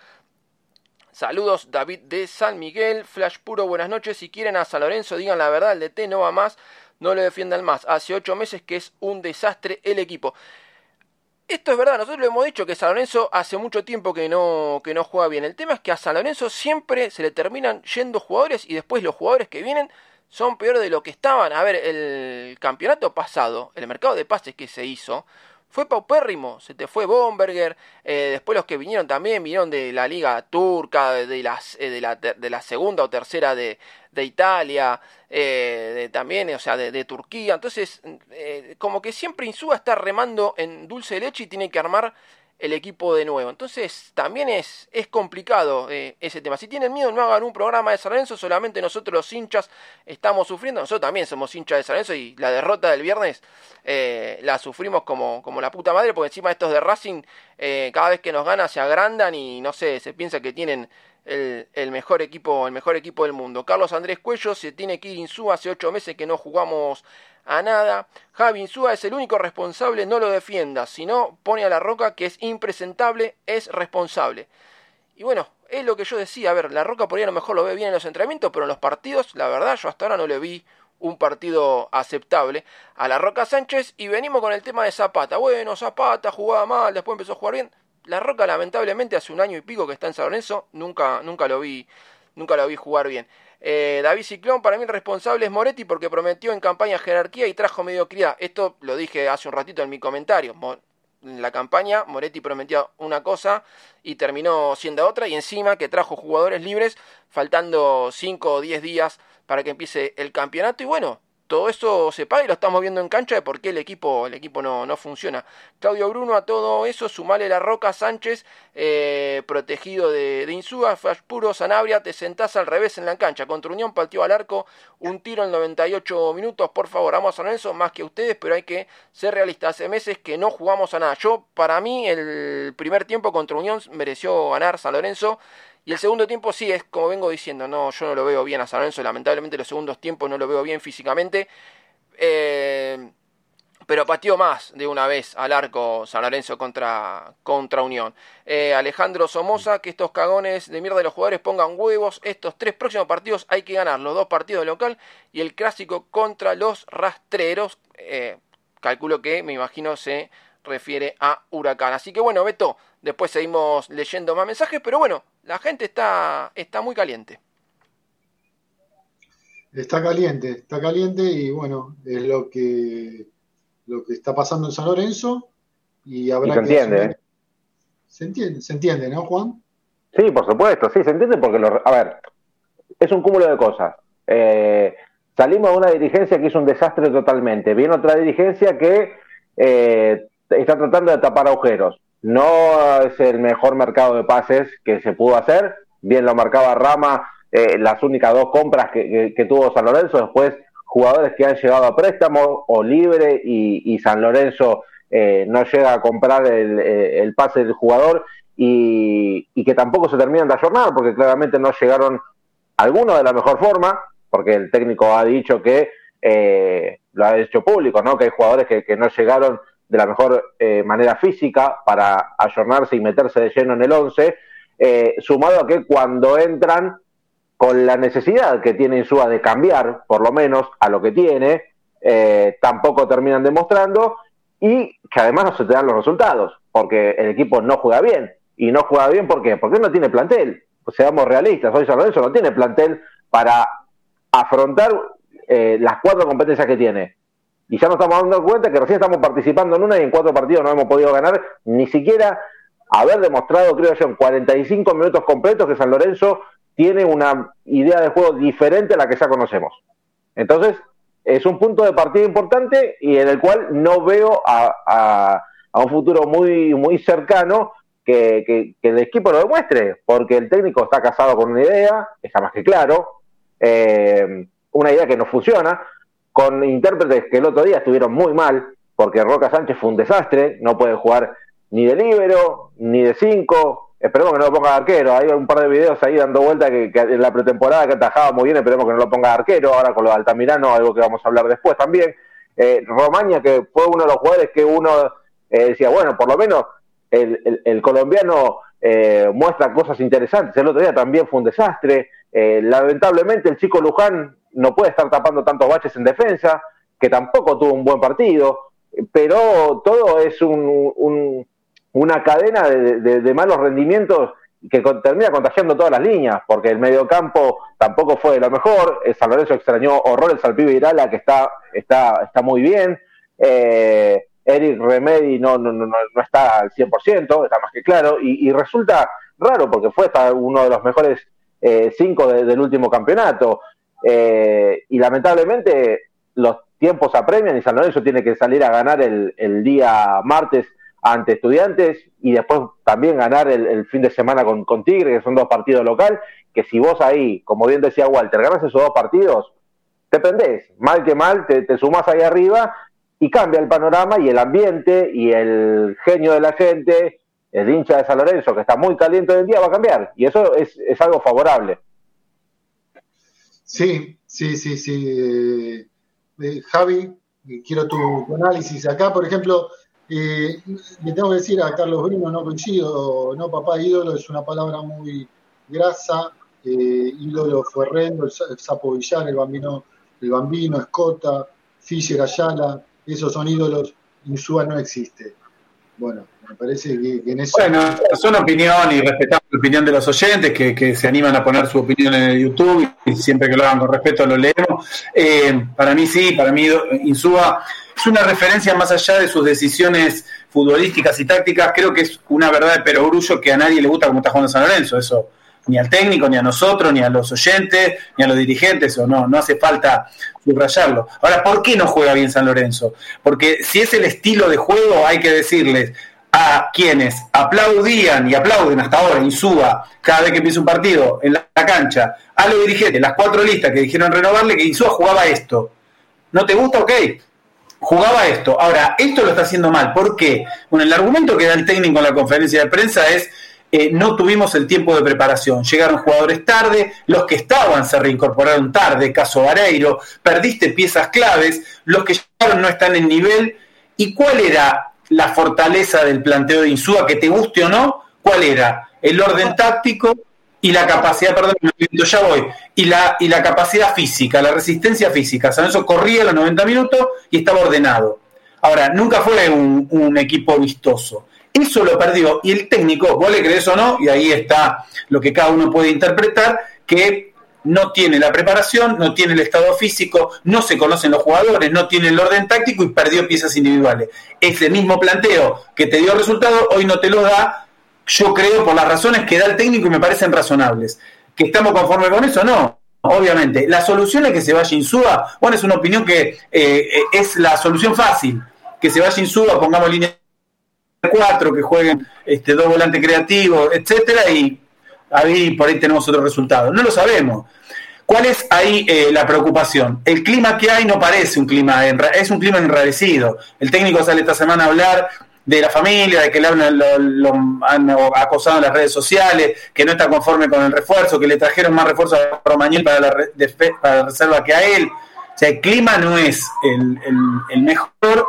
Saludos, David de San Miguel. Flash Puro, buenas noches. Si quieren a San Lorenzo, digan la verdad, el DT no va más, no lo defiendan más. Hace 8 meses que es un desastre el equipo. Esto es verdad, nosotros lo hemos dicho que San Lorenzo hace mucho tiempo que no juega bien. El tema es que a San Lorenzo siempre se le terminan yendo jugadores y después los jugadores que vienen son peores de lo que estaban. A ver, el campeonato pasado, el mercado de pases que se hizo, fue paupérrimo, se te fue Bomberger, después los que vinieron también vinieron de la liga turca, de la segunda o tercera de Italia, también, o sea, de Turquía. Entonces, como que siempre Insúa está remando en dulce de leche y tiene que armar el equipo de nuevo. Entonces también es complicado ese tema. Si tienen miedo, no hagan un programa de San Lorenzo, solamente nosotros los hinchas estamos sufriendo. Nosotros también somos hinchas de San Lorenzo y la derrota del viernes la sufrimos como la puta madre, porque encima estos de Racing cada vez que nos gana se agrandan y no sé, se piensa que tienen el mejor equipo del mundo. Carlos Andrés Cuello: se tiene que ir Insúa, hace 8 meses que no jugamos a nada. Javi: Insúa es el único responsable, no lo defienda, si no pone a La Roca, que es impresentable, es responsable. Y bueno, es lo que yo decía, a ver, La Roca por ahí a lo mejor lo ve bien en los entrenamientos, pero en los partidos, la verdad, yo hasta ahora no le vi un partido aceptable a La Roca Sánchez. Y venimos con el tema de Zapata. Bueno, Zapata jugaba mal, después empezó a jugar bien. La Roca lamentablemente hace 1 año y pico que está en San Lorenzo, nunca lo vi jugar bien. David Ciclón: para mí el responsable es Moretti porque prometió en campaña jerarquía y trajo mediocridad. Esto lo dije hace un ratito en mi comentario. en la campaña. Moretti prometía una cosa y terminó siendo otra, y encima que trajo jugadores libres faltando 5 o 10 días para que empiece el campeonato, y bueno, todo eso se paga y lo estamos viendo en cancha de por qué el equipo no funciona. Claudio Bruno, a todo eso, sumale La Roca, Sánchez, protegido de Insúa, Flash Puro, Sanabria, te sentás al revés en la cancha. Contra Unión pateó al arco, un tiro en 98 minutos, por favor, amo a San Lorenzo más que ustedes, pero hay que ser realistas. Hace meses que no jugamos a nada. Para mí, el primer tiempo contra Unión mereció ganar San Lorenzo. Y el segundo tiempo sí, es como vengo diciendo, yo no lo veo bien a San Lorenzo, lamentablemente los segundos tiempos no lo veo bien físicamente, pero pateó más de una vez al arco San Lorenzo contra Unión. Alejandro Somoza, que estos cagones de mierda de los jugadores pongan huevos, estos 3 próximos partidos hay que ganar, los 2 partidos local y el clásico contra los rastreros, calculo que, me imagino, se refiere a Huracán. Así que bueno, Beto, después seguimos leyendo más mensajes, pero bueno, la gente está muy caliente. Está caliente y bueno, es lo que está pasando en San Lorenzo y habrá se entiende. Se entiende, ¿no, Juan? Sí, por supuesto, sí, se entiende porque, a ver, es un cúmulo de cosas. Salimos de una dirigencia que hizo un desastre totalmente. Viene otra dirigencia que está tratando de tapar agujeros. No es el mejor mercado de pases que se pudo hacer. Bien lo marcaba Rama, las únicas 2 compras que tuvo San Lorenzo. Después, jugadores que han llegado a préstamo o libre y San Lorenzo no llega a comprar el pase del jugador y que tampoco se terminan de ayornar porque claramente no llegaron algunos de la mejor forma, porque el técnico ha dicho que lo ha hecho público, ¿no? Que hay jugadores que no llegaron de la mejor manera física para ayornarse y meterse de lleno en el 11, sumado a que cuando entran con la necesidad que tiene Insúa de cambiar, por lo menos, a lo que tiene, tampoco terminan demostrando, y que además no se te dan los resultados, porque el equipo no juega bien. Y no juega bien, ¿por qué? Porque no tiene plantel. Pues seamos realistas, hoy San Lorenzo no tiene plantel para afrontar las 4 competencias que tiene. Y ya nos estamos dando cuenta que recién estamos participando en una y en 4 partidos no hemos podido ganar, ni siquiera haber demostrado, creo yo, en 45 minutos completos que San Lorenzo tiene una idea de juego diferente a la que ya conocemos. Entonces, es un punto de partida importante y en el cual no veo a un futuro muy, muy cercano que el equipo lo demuestre, porque el técnico está casado con una idea, está más que claro, una idea que no funciona, con intérpretes que el otro día estuvieron muy mal, porque Roca Sánchez fue un desastre, no puede jugar ni de líbero, ni de 5, esperemos que no lo ponga de arquero, hay un par de videos ahí dando vuelta que en la pretemporada que atajaba muy bien, esperemos que no lo ponga de arquero, ahora con lo de Altamirano, algo que vamos a hablar después también, Romaña, que fue uno de los jugadores que uno decía, bueno, por lo menos el colombiano muestra cosas interesantes, el otro día también fue un desastre, lamentablemente el chico Luján no puede estar tapando tantos baches en defensa, que tampoco tuvo un buen partido, pero todo es una cadena de malos rendimientos que termina contagiando todas las líneas, porque el mediocampo tampoco fue de lo mejor, San Lorenzo extrañó horrores al pibe Irala, que está muy bien, Eric Remedi no está al 100%, está más que claro, y resulta raro, porque fue hasta uno de los mejores 5 del último campeonato, y lamentablemente los tiempos apremian y San Lorenzo tiene que salir a ganar el día martes ante Estudiantes y después también ganar el fin de semana con Tigre, que son 2 partidos local, que si vos ahí, como bien decía Walter, ganás esos 2 partidos, te prendés, mal que mal, te sumás ahí arriba y cambia el panorama y el ambiente y el genio de la gente, el hincha de San Lorenzo, que está muy caliente hoy en día, va a cambiar, y eso es algo favorable. Sí. Javi, quiero tu análisis. Acá, por ejemplo, le tengo que decir a Carlos Bruno, no coincido, no, papá, ídolo es una palabra muy grasa, ídolo fue Rendo, el Sapo Villar, el Bambino, Escota, Fischer, Ayala, esos son ídolos, Insúa no existe. Bueno, me parece que en eso... Bueno, son opinión y respetamos la opinión de los oyentes que se animan a poner su opinión en el YouTube y siempre que lo hagan con respeto lo leemos. Para mí sí, para mí Insúa es una referencia más allá de sus decisiones futbolísticas y tácticas, creo que es una verdad de perogrullo que a nadie le gusta como está jugando San Lorenzo, eso ni al técnico, ni a nosotros, ni a los oyentes, ni a los dirigentes, o no hace falta subrayarlo. Ahora, ¿por qué no juega bien San Lorenzo? Porque si es el estilo de juego, hay que decirles a quienes aplaudían y aplauden hasta ahora Insúa cada vez que empieza un partido en la cancha, a los dirigentes, las 4 listas que dijeron renovarle, que Insúa jugaba esto. ¿No te gusta? Ok. Jugaba esto. Ahora, esto lo está haciendo mal. ¿Por qué? Bueno, el argumento que da el técnico en la conferencia de prensa es no tuvimos el tiempo de preparación. Llegaron jugadores tarde, los que estaban se reincorporaron tarde, caso Vareiro, perdiste piezas claves, los que llegaron no están en nivel. ¿Y cuál era la fortaleza del planteo de Insúa, que te guste o no? ¿Cuál era? El orden táctico y la capacidad, y la capacidad física, la resistencia física. San Lorenzo corría los 90 minutos y estaba ordenado. Ahora, nunca fue un equipo vistoso. Eso lo perdió, y el técnico, vos le crees o no, y ahí está lo que cada uno puede interpretar, que no tiene la preparación, no tiene el estado físico, no se conocen los jugadores, no tiene el orden táctico y perdió piezas individuales. Ese mismo planteo que te dio resultado, hoy no te lo da, yo creo, por las razones que da el técnico y me parecen razonables. ¿Que estamos conformes con eso? No. Obviamente. La solución es que se vaya Insúa. Bueno, es una opinión que es la solución fácil. Que se vaya Insúa, pongamos línea 4, que jueguen 2 volantes creativos, etcétera, y ahí por ahí tenemos otro resultado. No lo sabemos. ¿Cuál es ahí la preocupación? El clima que hay no parece un clima, es un clima enrarecido. El técnico sale esta semana a hablar de la familia, de que le lo han acosado en las redes sociales, que no está conforme con el refuerzo, que le trajeron más refuerzos a Romagnoli para la reserva que a él. O sea, el clima no es el mejor.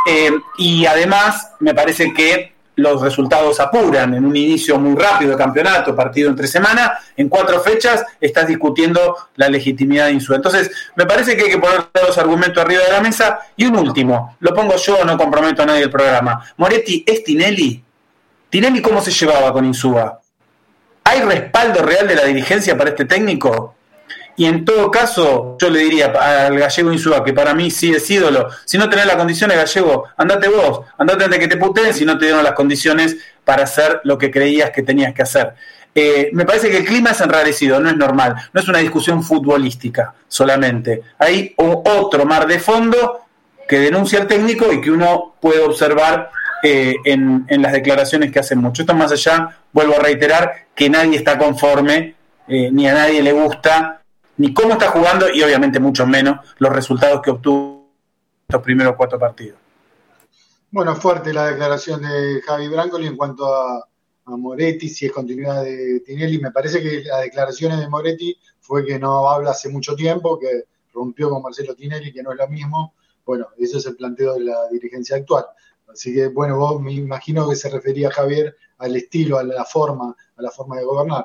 Y además me parece que los resultados apuran. En un inicio muy rápido de campeonato, partido en 3 semanas, en 4 fechas estás discutiendo la legitimidad de Insúa. Entonces me parece que hay que poner los argumentos arriba de la mesa. Y un último, lo pongo yo, no comprometo a nadie del programa. Moretti, ¿es Tinelli? ¿Tinelli cómo se llevaba con Insúa? ¿Hay respaldo real de la dirigencia para este técnico? Y en todo caso, yo le diría al gallego Insúa, que para mí sí es ídolo, si no tenés las condiciones, gallego, andate vos, andate antes que te puteen si no te dieron las condiciones para hacer lo que creías que tenías que hacer. Me parece que el clima es enrarecido, no es normal, no es una discusión futbolística solamente. Hay otro mar de fondo que denuncia al técnico y que uno puede observar en las declaraciones que hacen mucho. Esto más allá, vuelvo a reiterar, que nadie está conforme, ni a nadie le gusta, ni cómo está jugando y obviamente mucho menos los resultados que obtuvo estos primeros 4 partidos. Bueno, fuerte la declaración de Javi Brancoli en cuanto a Moretti, si es continuidad de Tinelli. Me parece que las declaraciones de Moretti fue que no habla hace mucho tiempo, que rompió con Marcelo Tinelli, que no es lo mismo. Bueno, eso es el planteo de la dirigencia actual. Así que, bueno, vos me imagino que se refería Javier al estilo, a la forma de gobernar.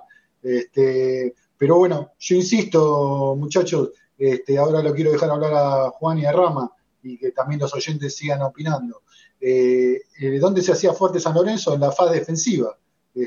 Pero bueno, yo insisto, muchachos, ahora lo quiero dejar hablar a Juan y a Rama y que también los oyentes sigan opinando. ¿Dónde se hacía fuerte San Lorenzo? En la fase defensiva.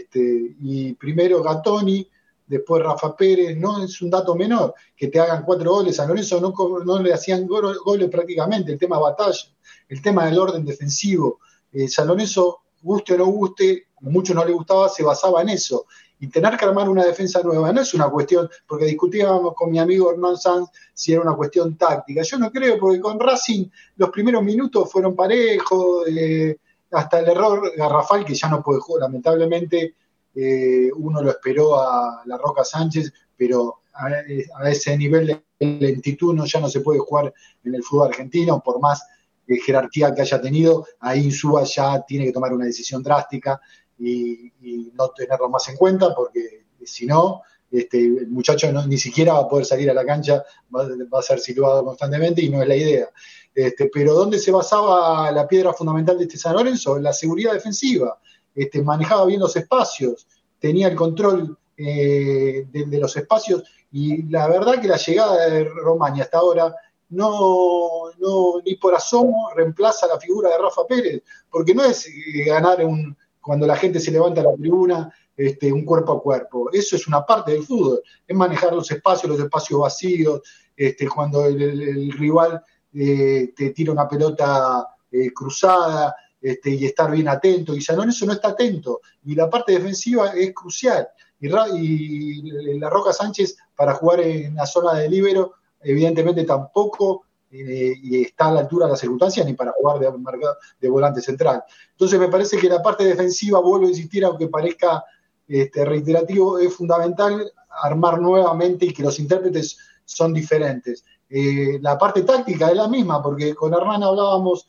Y primero Gattoni, después Rafa Pérez, no es un dato menor que te hagan 4 goles. San Lorenzo no le hacían goles prácticamente, el tema batalla, el tema del orden defensivo. San Lorenzo, guste o no guste, a muchos no le gustaba, se basaba en eso. Y tener que armar una defensa nueva no es una cuestión, porque discutíamos con mi amigo Hernán Sanz si era una cuestión táctica. Yo no creo, porque con Racing los primeros minutos fueron parejos, hasta el error garrafal, que ya no puede jugar, lamentablemente uno lo esperó a La Roca Sánchez, pero a ese nivel de lentitud ya no se puede jugar en el fútbol argentino, por más jerarquía que haya tenido. Ahí Insúa ya tiene que tomar una decisión drástica y no tenerlo más en cuenta, porque si no, el muchacho ni siquiera va a poder salir a la cancha, va a ser silbado constantemente y no es la idea. Pero ¿dónde se basaba la piedra fundamental de San Lorenzo? En la seguridad defensiva. Manejaba bien los espacios, tenía el control de los espacios, y la verdad que la llegada de Romagnoli hasta ahora no ni por asomo reemplaza la figura de Rafa Pérez, porque no es ganar cuando la gente se levanta a la tribuna, un cuerpo a cuerpo. Eso es una parte del fútbol, es manejar los espacios vacíos, cuando el rival te tira una pelota cruzada, y estar bien atento, y San Lorenzo no está atento, y la parte defensiva es crucial, y la Roca Sánchez para jugar en la zona de líbero evidentemente tampoco y está a la altura de las circunstancias ni para jugar de volante central. Entonces me parece que la parte defensiva, vuelvo a insistir, aunque parezca reiterativo, es fundamental armar nuevamente y que los intérpretes son diferentes. La parte táctica es la misma, porque con Hernán hablábamos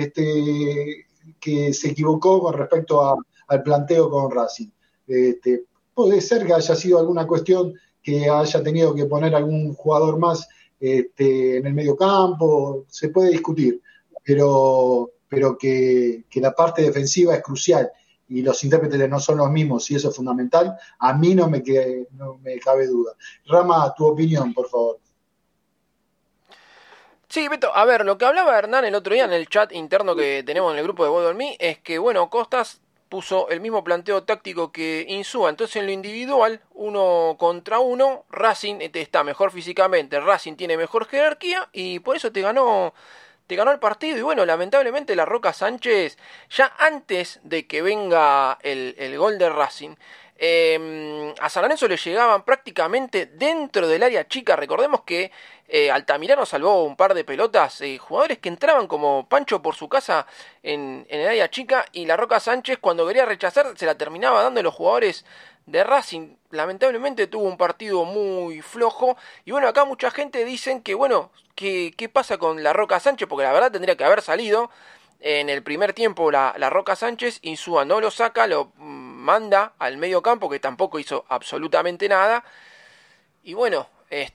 que se equivocó con respecto al planteo con Racing. Puede ser que haya sido alguna cuestión que haya tenido que poner algún jugador más en el medio campo, se puede discutir, pero que la parte defensiva es crucial y los intérpretes no son los mismos y eso es fundamental, a mí no me cabe duda. Rama, tu opinión, por favor. Sí, Beto, a ver, lo que hablaba Hernán el otro día en el chat interno que tenemos en el grupo de Bodo en mí es que, bueno, Costas puso el mismo planteo táctico que Insúa, entonces en lo individual, 1 contra 1, Racing está mejor físicamente, Racing tiene mejor jerarquía y por eso te ganó el partido. Y bueno, lamentablemente la Roca Sánchez, ya antes de que venga el gol de Racing, a San Lorenzo le llegaban prácticamente dentro del área chica. Recordemos que Altamirano salvó un par de pelotas, jugadores que entraban como Pancho por su casa en el área chica, y la Roca Sánchez cuando quería rechazar se la terminaba dando a los jugadores de Racing. Lamentablemente tuvo un partido muy flojo y bueno, acá mucha gente dicen que bueno, ¿qué pasa con la Roca Sánchez? Porque la verdad tendría que haber salido en el primer tiempo la Roca Sánchez. Insúa no lo saca, lo manda al medio campo, que tampoco hizo absolutamente nada. Y bueno,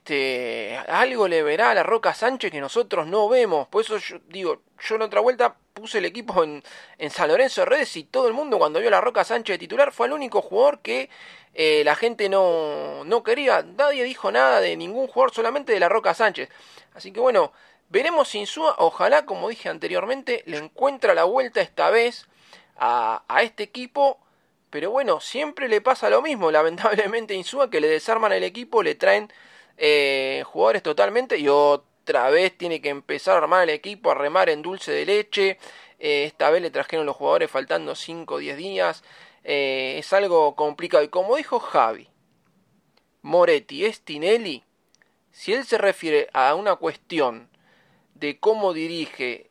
algo le verá a la Roca Sánchez que nosotros no vemos. Por eso yo digo, yo en otra vuelta puse el equipo en San Lorenzo de redes y todo el mundo cuando vio a la Roca Sánchez de titular fue el único jugador que la gente no quería. Nadie dijo nada de ningún jugador, solamente de la Roca Sánchez. Así que bueno, veremos si Insúa, ojalá, como dije anteriormente, le encuentra la vuelta esta vez a este equipo. Pero bueno, siempre le pasa lo mismo, lamentablemente a Insúa, que le desarman el equipo, le traen jugadores totalmente y otra vez tiene que empezar a armar el equipo, a remar en dulce de leche. Esta vez le trajeron los jugadores faltando 5 o 10 días. Es algo complicado. Y como dijo Javi, Moretti es Tinelli. Si él se refiere a una cuestión de cómo dirige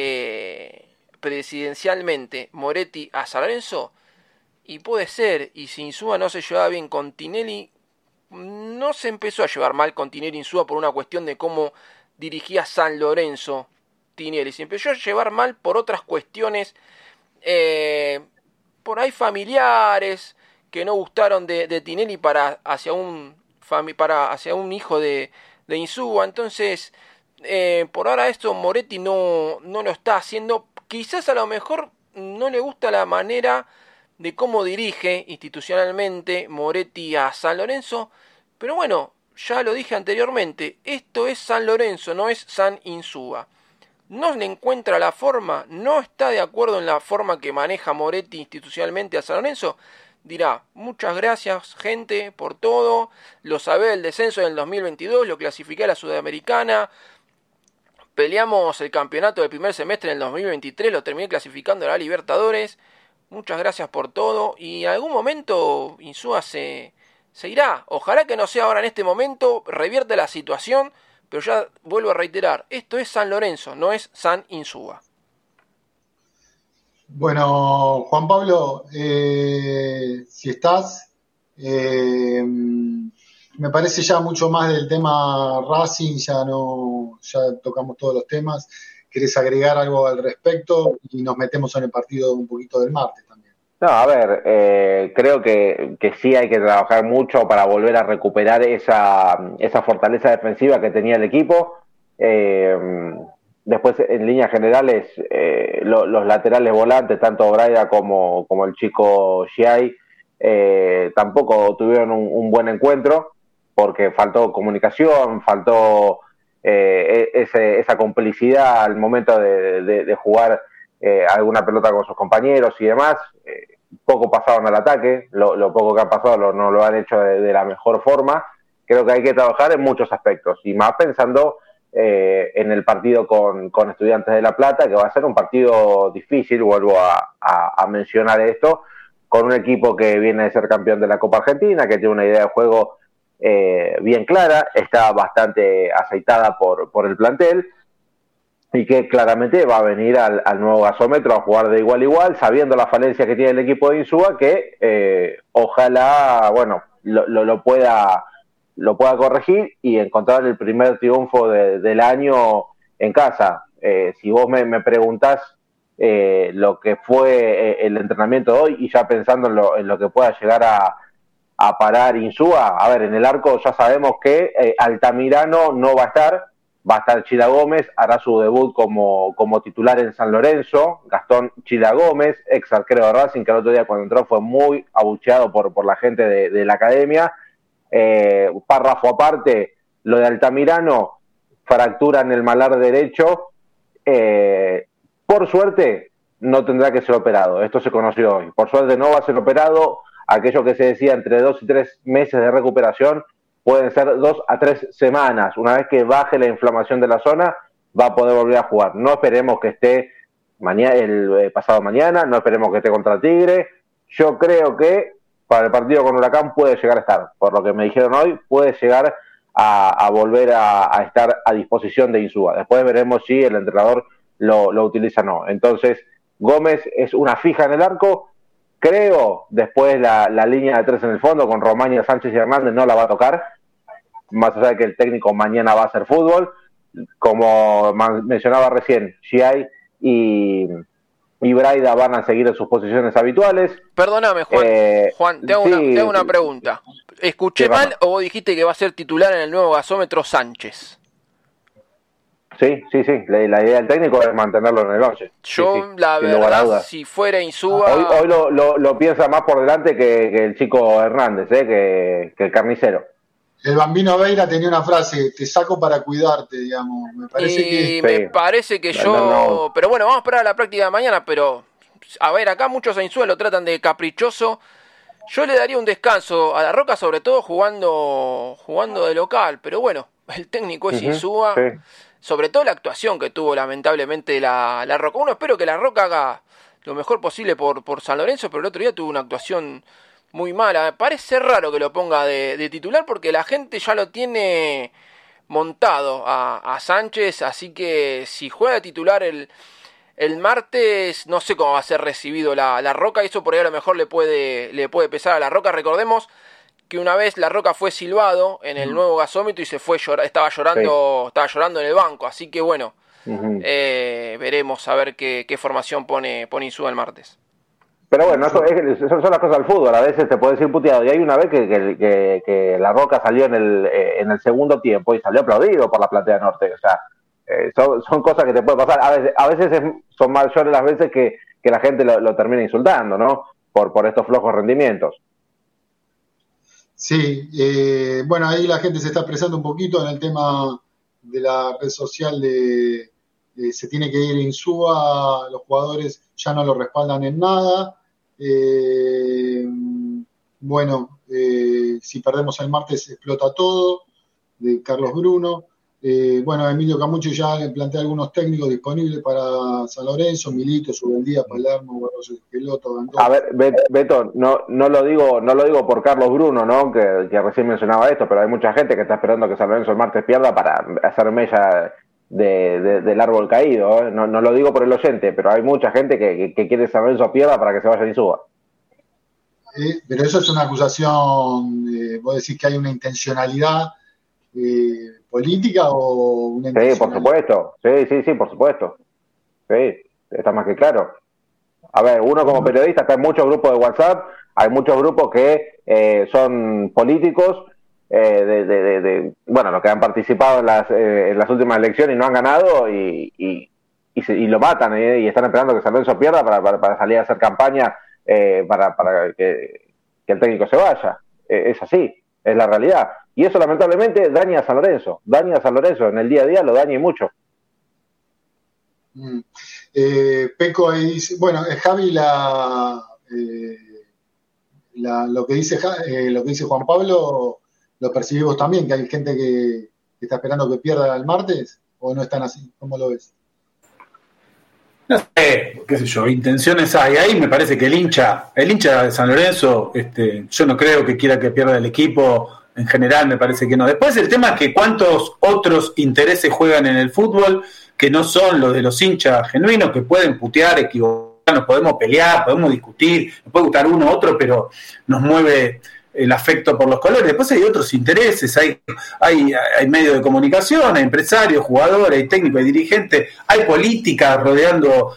presidencialmente Moretti a San Lorenzo, y puede ser, y si Insúa no se llevaba bien con Tinelli, no se empezó a llevar mal con Tinelli Insúa por una cuestión de cómo dirigía San Lorenzo Tinelli, se empezó a llevar mal por otras cuestiones, por ahí familiares, que no gustaron de Tinelli hacia un hijo de Insúa. Entonces, por ahora esto Moretti no lo está haciendo. Quizás a lo mejor no le gusta la manera de cómo dirige institucionalmente Moretti a San Lorenzo, pero bueno, ya lo dije anteriormente, esto es San Lorenzo, no es San Insúa. No le encuentra la forma, no está de acuerdo en la forma que maneja Moretti institucionalmente a San Lorenzo, dirá, muchas gracias gente por todo, lo salvé del descenso en el 2022, lo clasifiqué a la Sudamericana, peleamos el campeonato del primer semestre en el 2023, lo terminé clasificando a la Libertadores. Muchas gracias por todo. Y en algún momento Insúa se irá. Ojalá que no sea ahora en este momento. Revierte la situación. Pero ya vuelvo a reiterar. Esto es San Lorenzo. No es San Insúa. Bueno, Juan Pablo. Si estás. Me parece ya mucho más del tema Racing. Ya tocamos todos los temas. ¿Querés agregar algo al respecto? Y nos metemos en el partido un poquito del martes también. No, a ver, creo que sí hay que trabajar mucho para volver a recuperar esa fortaleza defensiva que tenía el equipo. Después, en líneas generales, los laterales volantes, tanto Braida como el chico Giai, tampoco tuvieron un buen encuentro porque faltó comunicación, faltó esa complicidad al momento de jugar alguna pelota con sus compañeros y demás. Poco pasaron al ataque, lo poco que han pasado no lo han hecho de la mejor forma. Creo que hay que trabajar en muchos aspectos y más pensando en el partido con Estudiantes de La Plata, que va a ser un partido difícil, vuelvo a mencionar esto, con un equipo que viene de ser campeón de la Copa Argentina, que tiene una idea de juego bien clara, está bastante aceitada por el plantel, y que claramente va a venir al nuevo gasómetro a jugar de igual a igual, sabiendo la falencia que tiene el equipo de Insúa, que ojalá, bueno, lo pueda corregir y encontrar el primer triunfo del año en casa. Si vos me preguntás lo que fue el entrenamiento de hoy, y ya pensando en lo que pueda llegar a parar Insúa, a ver, en el arco ya sabemos que Altamirano no va a estar Chila Gómez, hará su debut como titular en San Lorenzo. Gastón Chila Gómez, ex arquero de Racing, que el otro día cuando entró fue muy abucheado por la gente de la academia. Párrafo aparte, lo de Altamirano, fractura en el malar derecho, por suerte no tendrá que ser operado, esto se conoció hoy, por suerte no va a ser operado. Aquello que se decía entre 2 y 3 meses de recuperación pueden ser 2 a 3 semanas. Una vez que baje la inflamación de la zona, va a poder volver a jugar. No esperemos que esté el pasado mañana, no esperemos que esté contra Tigre. Yo creo que para el partido con Huracán puede llegar a estar, por lo que me dijeron hoy, puede llegar a volver a estar a disposición de Insúa. Después veremos si el entrenador lo utiliza o no. Entonces, Gómez es una fija en el arco. Creo, después la línea de 3 en el fondo, con Romaña, Sánchez y Hernández, no la va a tocar, más allá de que el técnico mañana va a hacer fútbol. Como mencionaba recién, Giai y Braida van a seguir en sus posiciones habituales. Perdóname, Juan, te hago una pregunta. ¿Escuché mal o vos dijiste que va a ser titular en el nuevo gasómetro Sánchez? Sí. La idea del técnico es mantenerlo en el 11. Yo, la verdad, si fuera Insúa... Hoy lo piensa más por delante que el chico Hernández, que el carnicero. El Bambino Veira tenía una frase: te saco para cuidarte, digamos. Me parece que yo... No. Pero bueno, vamos a esperar a la práctica de mañana, pero... A ver, acá muchos a Insúa lo tratan de caprichoso. Yo le daría un descanso a La Roca, sobre todo jugando de local. Pero bueno, el técnico es Insúa. Sí. Sobre todo la actuación que tuvo lamentablemente la Roca. Uno espero que la Roca haga lo mejor posible por San Lorenzo, pero el otro día tuvo una actuación muy mala. Parece raro que lo ponga de titular porque la gente ya lo tiene montado a Sánchez, así que si juega de titular el martes, no sé cómo va a ser recibido la Roca, y eso por ahí a lo mejor le puede pesar a la Roca. Recordemos que una vez la Roca fue silbado en el nuevo gasómetro y se fue estaba llorando en el banco, así que bueno, veremos a ver qué formación pone Insúa el martes. Pero bueno, son las cosas del fútbol, a veces te puedes ir puteado, y hay una vez que la Roca salió en el segundo tiempo y salió aplaudido por la platea norte, o sea, son cosas que te pueden pasar. A veces son mayores las veces que la gente lo termina insultando, ¿no? Por estos flojos rendimientos. Sí, bueno, ahí la gente se está expresando un poquito en el tema de la red social de se tiene que ir Insúa, los jugadores ya no lo respaldan en nada. Bueno, si perdemos el martes explota todo, de Carlos Bruno. Bueno, Emilio Camucho ya plantea algunos técnicos disponibles para San Lorenzo: Milito, Subeldía, Palermo, Barroso Esqueloto, Gandón. A ver, Beto, no lo digo por Carlos Bruno, ¿no? Que recién mencionaba esto, pero hay mucha gente que está esperando que San Lorenzo el martes pierda para hacer mella del árbol caído, ¿eh? No lo digo por el oyente, pero hay mucha gente que quiere San Lorenzo pierda para que se vaya y suba. Pero eso es una acusación, vos decís que hay una intencionalidad política o una intencionalidad... Sí, por supuesto, sí, por supuesto. Sí, está más que claro. A ver, uno como periodista está en muchos grupos de WhatsApp, hay muchos grupos que son políticos, bueno, los que han participado en las últimas elecciones y no han ganado y lo matan, y están esperando que San Lorenzo pierda para salir a hacer campaña para que el técnico se vaya. Es así, es la realidad. Y eso lamentablemente daña a San Lorenzo, en el día a día lo daña y mucho. Peco ahí dice, bueno, Javi, lo que dice Juan Pablo, lo percibimos también, que hay gente que está esperando que pierda el martes. o no están así? ¿Cómo lo ves? No sé, qué sé yo, intenciones hay. Ahí me parece que el hincha de San Lorenzo, yo no creo que quiera que pierda el equipo, en general me parece que no. Después el tema es que cuántos otros intereses juegan en el fútbol que no son los de los hinchas genuinos, que pueden putear, equivocar, nos podemos pelear, podemos discutir, nos puede gustar uno u otro, pero nos mueve el afecto por los colores. Después hay otros intereses, hay medios de comunicación, hay empresarios, jugadores, hay técnicos, hay dirigentes, hay política rodeando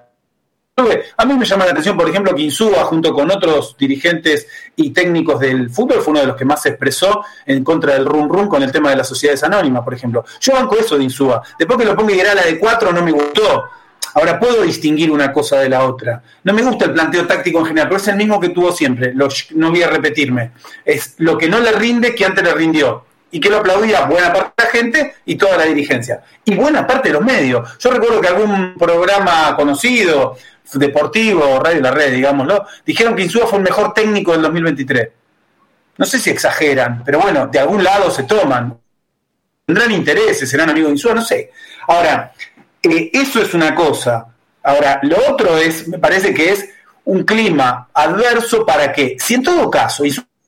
a mí me llama la atención, por ejemplo, que Insúa, junto con otros dirigentes y técnicos del fútbol, fue uno de los que más se expresó en contra del rum con el tema de las sociedades anónimas, por ejemplo. Yo banco eso de Insúa. Después que lo ponga Igueral de 4 no me gustó. Ahora puedo distinguir una cosa de la otra. No me gusta el planteo táctico en general, pero es el mismo que tuvo siempre. No voy a repetirme. Es lo que no le rinde que antes le rindió. Y que lo aplaudía buena parte de la gente y toda la dirigencia. Y buena parte de los medios. Yo recuerdo que algún programa conocido, deportivo, Radio La Red, digámoslo, dijeron que Insúa fue el mejor técnico del 2023. No sé si exageran, pero bueno, de algún lado se toman. Tendrán intereses, serán amigos de Insúa, no sé. Ahora, eso es una cosa. Ahora, lo otro me parece que es un clima adverso para que, si en todo caso,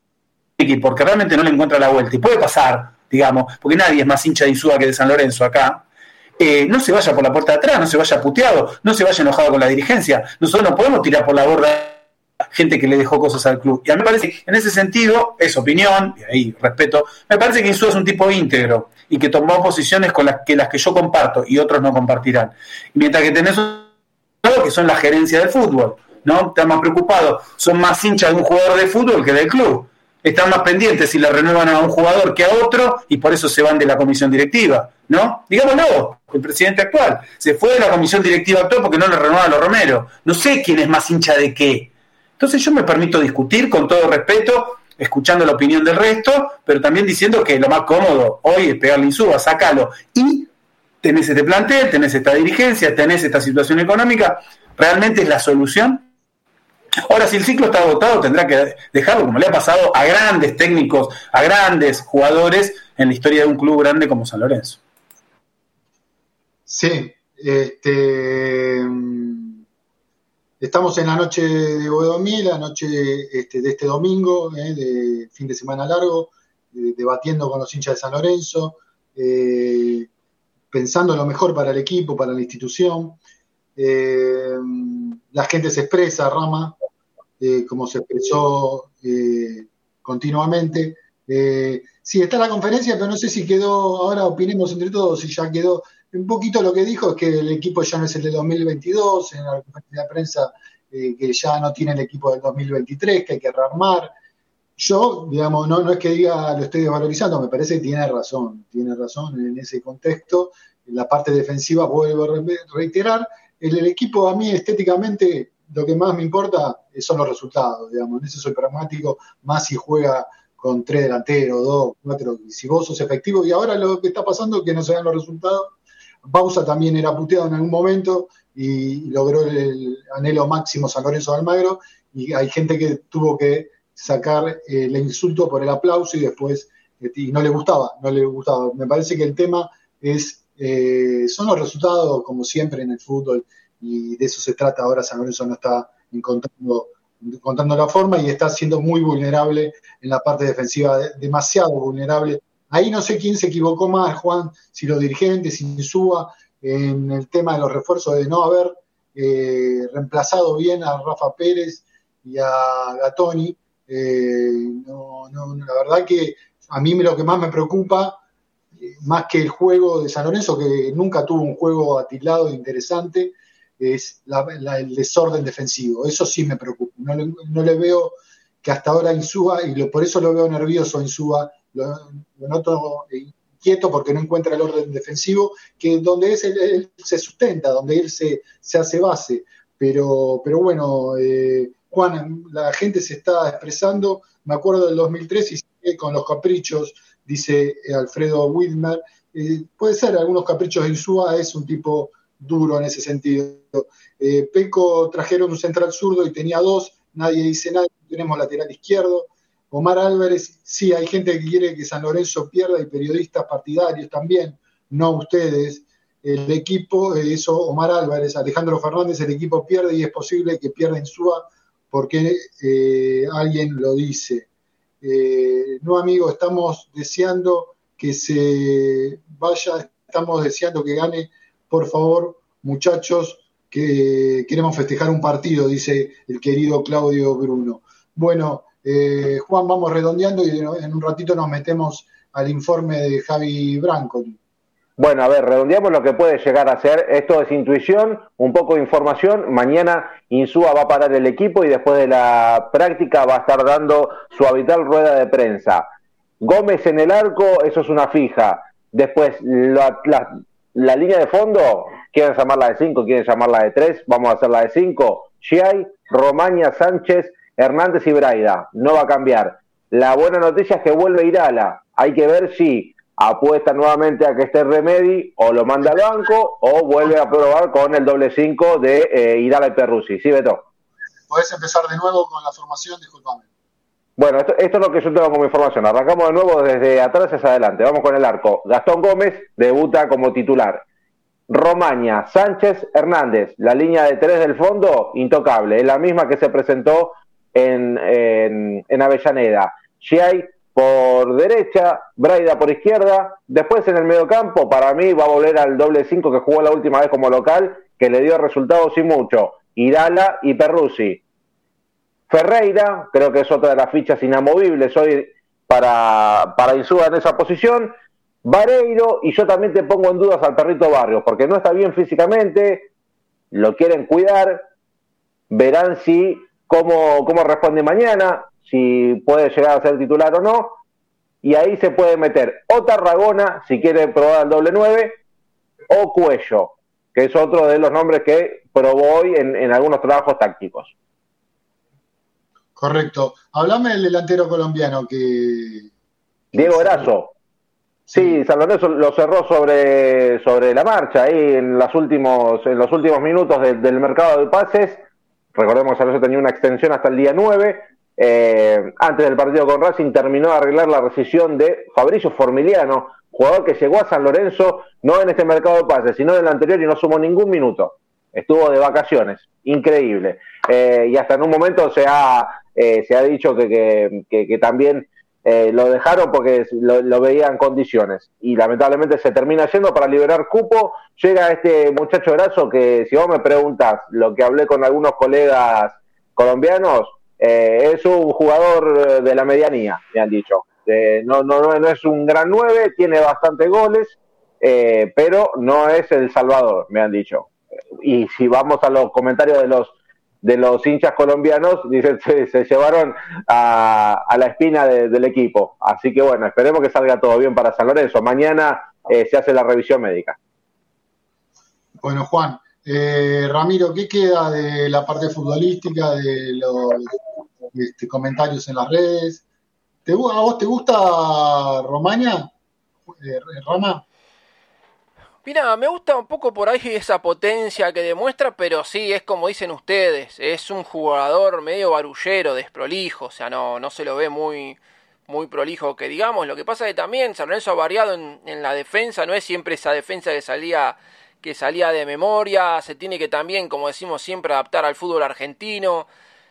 porque realmente no le encuentra la vuelta, y puede pasar, digamos, porque nadie es más hincha de Insúa que de San Lorenzo acá, no se vaya por la puerta de atrás, no se vaya puteado, no se vaya enojado con la dirigencia. Nosotros no podemos tirar por la borda gente que le dejó cosas al club. Y a mí me parece que en ese sentido, es opinión, y ahí respeto, me parece que Insúa es un tipo íntegro y que tomó posiciones con las que yo comparto y otros no compartirán. Y mientras que tenés otros que son la gerencia del fútbol, ¿no? Están más preocupados, son más hinchas de un jugador de fútbol que del club. Están más pendientes si le renuevan a un jugador que a otro y por eso se van de la comisión directiva, ¿no? Digámoslo, el presidente actual se fue de la comisión directiva actual porque no le renuevan a los Romero. No sé quién es más hincha de qué. Entonces yo me permito discutir con todo respeto, escuchando la opinión del resto, pero también diciendo que lo más cómodo hoy es pegarle Insúa, sácalo. Y tenés este plantel, tenés esta dirigencia, tenés esta situación económica, ¿realmente es la solución? Ahora, si el ciclo está agotado, tendrá que dejarlo, como le ha pasado a grandes técnicos, a grandes jugadores en la historia de un club grande como San Lorenzo. Sí, estamos en la noche de Boedomí, la noche de este domingo, de fin de semana largo, debatiendo con los hinchas de San Lorenzo, pensando lo mejor para el equipo, para la institución. La gente se expresa, Rama, como se expresó continuamente. Sí, está la conferencia, pero no sé si quedó, ahora opinemos entre todos, si ya quedó. Un poquito lo que dijo es que el equipo ya no es el de 2022, en la conferencia de prensa que ya no tiene el equipo del 2023, que hay que rearmar. Yo, digamos, no es que diga lo estoy desvalorizando, me parece que tiene razón en ese contexto. En la parte defensiva, vuelvo a reiterar, el equipo a mí estéticamente lo que más me importa son los resultados, digamos, en eso soy pragmático, más si juega con 3 delanteros, 2, 4, si vos sos efectivo, y ahora lo que está pasando es que no se dan los resultados. Bausa también era puteado en algún momento y logró el anhelo máximo San Lorenzo de Almagro, y hay gente que tuvo que sacar el insulto por el aplauso y después y no le gustaba. Me parece que el tema son los resultados, como siempre en el fútbol, y de eso se trata. Ahora San Lorenzo no está encontrando la forma y está siendo muy vulnerable en la parte defensiva, demasiado vulnerable. Ahí no sé quién se equivocó más, Juan, si los dirigentes, si Insúa, en el tema de los refuerzos, de no haber reemplazado bien a Rafa Pérez y a Gatoni. La verdad que a mí lo que más me preocupa, más que el juego de San Lorenzo, que nunca tuvo un juego atilado e interesante, es el desorden defensivo. Eso sí me preocupa. No le veo que hasta ahora Insúa, y por eso lo veo nervioso Insúa, lo noto inquieto porque no encuentra el orden defensivo, que donde él se sustenta, donde él se hace base. Pero bueno, Juan, la gente se está expresando. Me acuerdo del 2003 y sigue con los caprichos, dice Alfredo Widmer. Puede ser algunos caprichos de Insúa, es un tipo duro en ese sentido. Peco trajeron un central zurdo y tenía 2, nadie dice nada, tenemos lateral izquierdo. Omar Álvarez, sí, hay gente que quiere que San Lorenzo pierda y periodistas partidarios también, no ustedes. el equipo, eso Omar Álvarez, Alejandro Fernández, el equipo pierde y es posible que pierda Insúa porque alguien lo dice. No, amigo, estamos deseando que se vaya, estamos deseando que gane, por favor, muchachos, que queremos festejar un partido, dice el querido Claudio Bruno. Bueno, Juan, vamos redondeando y en un ratito nos metemos al informe de Javi Brancoli. Bueno, a ver, redondeamos lo que puede llegar a ser. Esto es intuición, un poco de información. Mañana Insúa va a parar el equipo y después de la práctica va a estar dando su habitual rueda de prensa. Gómez en el arco, eso es una fija. Después, la línea de fondo, quieren llamarla de 5, quieren llamarla de 3, vamos a hacer la de 5. Giai, Romaña, Sánchez, Hernández y Braida. No va a cambiar. La buena noticia es que vuelve Irala. Hay que ver si apuesta nuevamente a que esté Remedi o lo manda al banco o vuelve a probar con el doble 5 de Irala y Perruzzi. ¿Sí, Beto? Podés empezar de nuevo con la formación, disculpame. Bueno, esto es lo que yo tengo como información. Arrancamos de nuevo desde atrás hacia adelante. Vamos con el arco. Gastón Gómez debuta como titular. Romaña, Sánchez, Hernández. La línea de 3 del fondo, intocable. Es la misma que se presentó en Avellaneda. Giai por derecha, Braida por izquierda. Después en el mediocampo, para mí va a volver al doble 5 que jugó la última vez como local, que le dio resultados y mucho. Irala y Perruzzi. Ferreira, creo que es otra de las fichas inamovibles hoy para Insúa en esa posición. Vareiro, y yo también te pongo en dudas al Perrito Barrios, porque no está bien físicamente, lo quieren cuidar, verán cómo responde mañana, si puede llegar a ser titular o no, y ahí se puede meter o Tarragona, si quiere probar al doble 9, o Cuello, que es otro de los nombres que probó hoy en algunos trabajos tácticos. Correcto. Hablame del delantero colombiano que... Diego Erazo. Sí, San Lorenzo lo cerró sobre la marcha ahí en los últimos minutos del mercado de pases. Recordemos que San Lorenzo tenía una extensión hasta el día 9. Antes del partido con Racing terminó de arreglar la rescisión de Fabricio Formiliano, jugador que llegó a San Lorenzo no en este mercado de pases, sino en el anterior y no sumó ningún minuto. Estuvo de vacaciones, increíble. Y hasta en un momento se ha dicho que también lo dejaron porque lo veía en condiciones. Y lamentablemente se termina yendo para liberar cupo. Llega este muchacho Erazo que, si vos me preguntás, lo que hablé con algunos colegas colombianos, es un jugador de la medianía, me han dicho. No es un gran 9, tiene bastantes goles, pero no es el Salvador, me han dicho. Y si vamos a los comentarios de los hinchas colombianos, dicen se llevaron a la espina del equipo. Así que bueno, esperemos que salga todo bien para San Lorenzo. Mañana se hace la revisión médica. Bueno, Juan, Ramiro, ¿qué queda de la parte futbolística, de los comentarios en las redes? ¿A vos te gusta Romaña, Rama? Mira, me gusta un poco por ahí esa potencia que demuestra, pero sí, es como dicen ustedes, es un jugador medio barullero, desprolijo, o sea, no se lo ve muy prolijo que digamos. Lo que pasa es que también San Lorenzo ha variado en la defensa, no es siempre esa defensa que salía de memoria, se tiene que también, como decimos siempre, adaptar al fútbol argentino.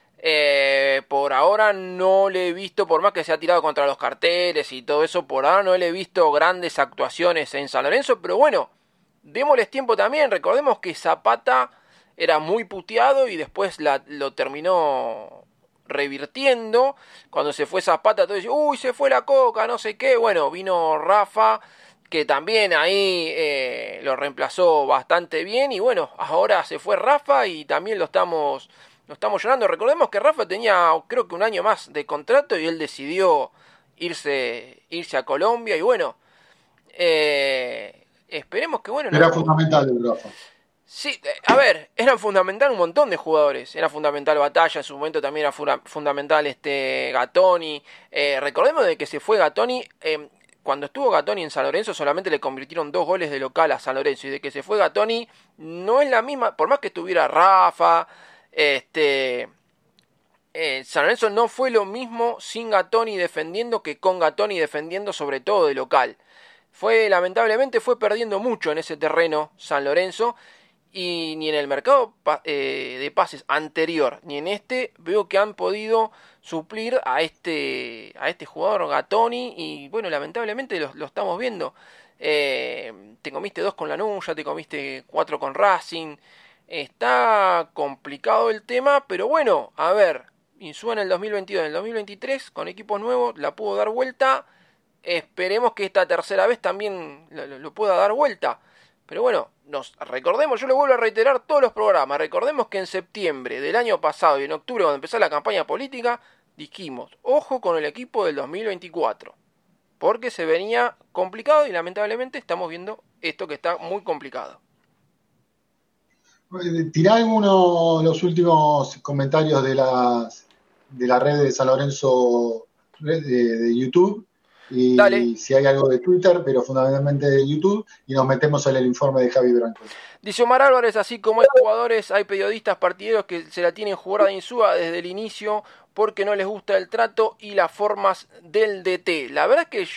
Por ahora no le he visto, por más que se ha tirado contra los carteles y todo eso, por ahora no le he visto grandes actuaciones en San Lorenzo, pero bueno, démosles tiempo también. Recordemos que Zapata era muy puteado y después lo terminó revirtiendo. Cuando se fue Zapata, todos decían, uy, se fue la coca, no sé qué. Bueno, vino Rafa, que también ahí lo reemplazó bastante bien. Y bueno, ahora se fue Rafa y también lo estamos llorando. Recordemos que Rafa tenía, creo que un año más de contrato y él decidió irse a Colombia. Y bueno, esperemos que bueno. Era fundamental el Rafa. Sí, a ver, eran fundamental un montón de jugadores. Era fundamental Batalla, en su momento también era fundamental Gattoni. Recordemos de que se fue Gattoni. Cuando estuvo Gattoni en San Lorenzo solamente le convirtieron 2 goles de local a San Lorenzo. Y de que se fue Gattoni no es la misma, por más que estuviera Rafa. San Lorenzo no fue lo mismo sin Gattoni defendiendo que con Gattoni defendiendo, sobre todo de local. lamentablemente fue perdiendo mucho en ese terreno San Lorenzo, y ni en el mercado de pases anterior ni en este veo que han podido suplir a este jugador Gattoni, y bueno, lamentablemente lo estamos viendo. Te comiste 2 con Lanús, ya te comiste 4 con Racing. Está complicado el tema, pero bueno, a ver, Insúa en el 2022, en el 2023 con equipos nuevos la pudo dar vuelta. Esperemos que esta tercera vez también lo pueda dar vuelta. Pero bueno, recordemos, yo lo vuelvo a reiterar todos los programas, recordemos que en septiembre del año pasado y en octubre, cuando empezó la campaña política, dijimos, ojo con el equipo del 2024, porque se venía complicado y lamentablemente estamos viendo esto que está muy complicado. Tirá algunos los últimos comentarios de la red de San Lorenzo de YouTube. Y dale. Si hay algo de Twitter, pero fundamentalmente de YouTube, y nos metemos en el informe de Javi Branco. Dice Omar Álvarez, así como hay jugadores, hay periodistas partideros que se la tienen jugada de Insúa desde el inicio porque no les gusta el trato y las formas del DT. La verdad es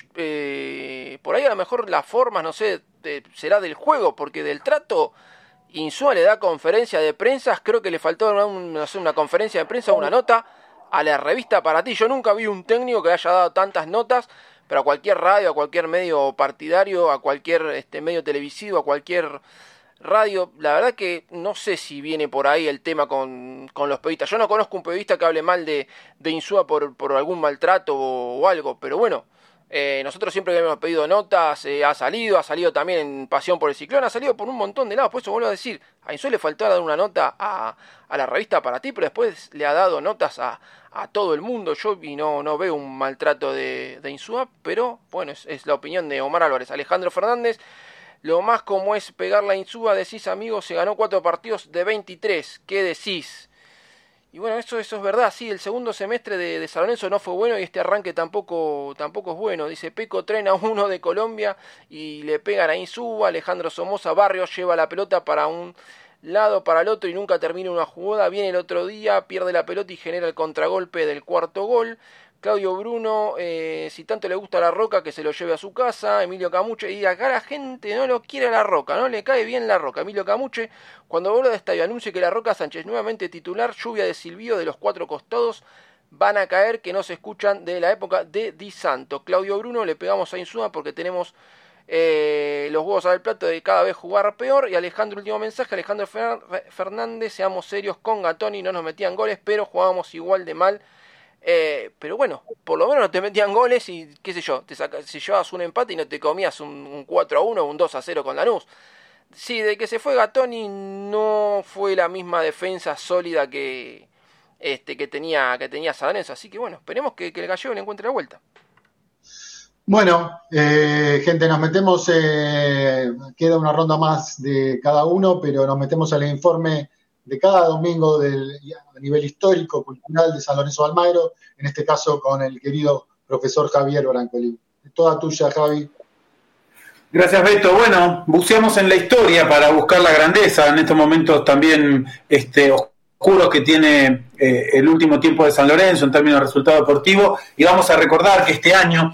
que por ahí a lo mejor las formas, no sé, será del juego, porque del trato Insúa le da conferencia de prensa, creo que le faltó una conferencia de prensa o una nota a la revista Para Ti. Yo nunca vi un técnico que haya dado tantas notas, pero a cualquier radio, a cualquier medio partidario, a cualquier medio televisivo, a cualquier radio. La verdad que no sé si viene por ahí el tema con los periodistas. Yo no conozco un periodista que hable mal de Insúa por algún maltrato o algo, pero bueno, nosotros siempre que hemos pedido notas, ha salido también en Pasión por el Ciclón, ha salido por un montón de lados. Por eso vuelvo a decir, a Insúa le faltó dar una nota a la revista Para Ti, pero después le ha dado notas a todo el mundo. Yo no veo un maltrato de Insúa, pero bueno, es la opinión de Omar Álvarez. Alejandro Fernández, lo más como es pegarla a Insúa, decís amigo, se ganó 4 partidos de 23, ¿qué decís? Y bueno, eso es verdad, sí, el segundo semestre de San Lorenzo no fue bueno y este arranque tampoco es bueno. Dice, Peco traen a uno de Colombia y le pegan a Insúa. Alejandro Somoza, Barrios lleva la pelota para un lado, para el otro y nunca termina una jugada. Viene el otro día, pierde la pelota y genera el contragolpe del cuarto gol. Claudio Bruno, si tanto le gusta La Roca, que se lo lleve a su casa. Emilio Camuche, y acá la gente no lo quiere a La Roca, no le cae bien La Roca. Emilio Camuche, cuando vuelva de estadio, anuncie que La Roca Sánchez nuevamente titular, lluvia de silbido de los 4 costados van a caer, que no se escuchan de la época de Di Santo. Claudio Bruno, le pegamos a Insúa porque tenemos los huevos al plato de cada vez jugar peor. Y Alejandro, último mensaje, Alejandro Fernández, seamos serios con Gattoni, no nos metían goles, pero jugábamos igual de mal. Pero bueno, por lo menos no te metían goles y qué sé yo, si llevabas un empate y no te comías un 4-1 o un 2-0 con Lanús. Sí, de que se fue Gattoni no fue la misma defensa sólida que tenía San Lorenzo, así que bueno, esperemos que el gallego le encuentre la vuelta. Bueno, gente, nos metemos, queda una ronda más de cada uno, pero nos metemos al informe de cada domingo a nivel histórico, cultural de San Lorenzo de Almagro, en este caso con el querido profesor Javier Brancoli. Toda tuya, Javi. Gracias, Beto. Bueno, buceamos en la historia para buscar la grandeza en estos momentos también oscuros que tiene el último tiempo de San Lorenzo en términos de resultado deportivo, y vamos a recordar que este año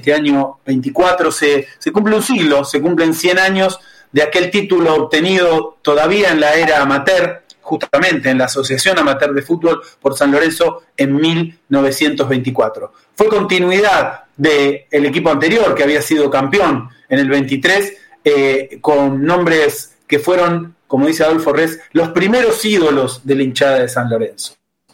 24 se cumple un siglo, se cumplen 100 años de aquel título obtenido todavía en la era amateur, justamente en la Asociación Amateur de Fútbol por San Lorenzo en 1924. Fue continuidad del equipo anterior que había sido campeón en el 23, con nombres que fueron, como dice Adolfo Rez, los primeros ídolos de la hinchada de San Lorenzo.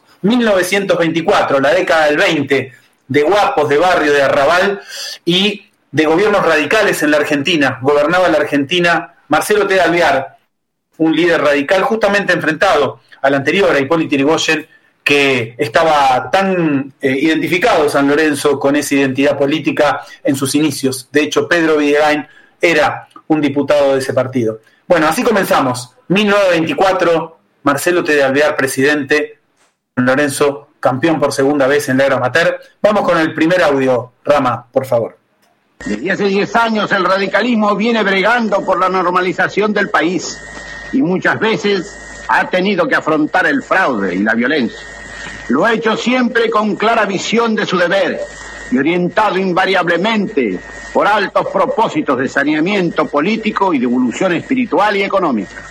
1924, la década del 20, de guapos, de barrio, de arrabal y de gobiernos radicales en la Argentina. Gobernaba la Argentina Marcelo T. de Alvear, un líder radical justamente enfrentado al anterior, a Hipólito Yrigoyen, que estaba tan identificado San Lorenzo con esa identidad política en sus inicios. De hecho, Pedro Videgain era un diputado de ese partido. Bueno, así comenzamos. 1924, Marcelo T. de Alvear, presidente, San Lorenzo, campeón por segunda vez en la era amateur. Vamos con el primer audio, Rama, por favor. Desde hace 10 años el radicalismo viene bregando por la normalización del país y muchas veces ha tenido que afrontar el fraude y la violencia. Lo ha hecho siempre con clara visión de su deber y orientado invariablemente por altos propósitos de saneamiento político y de evolución espiritual y económica.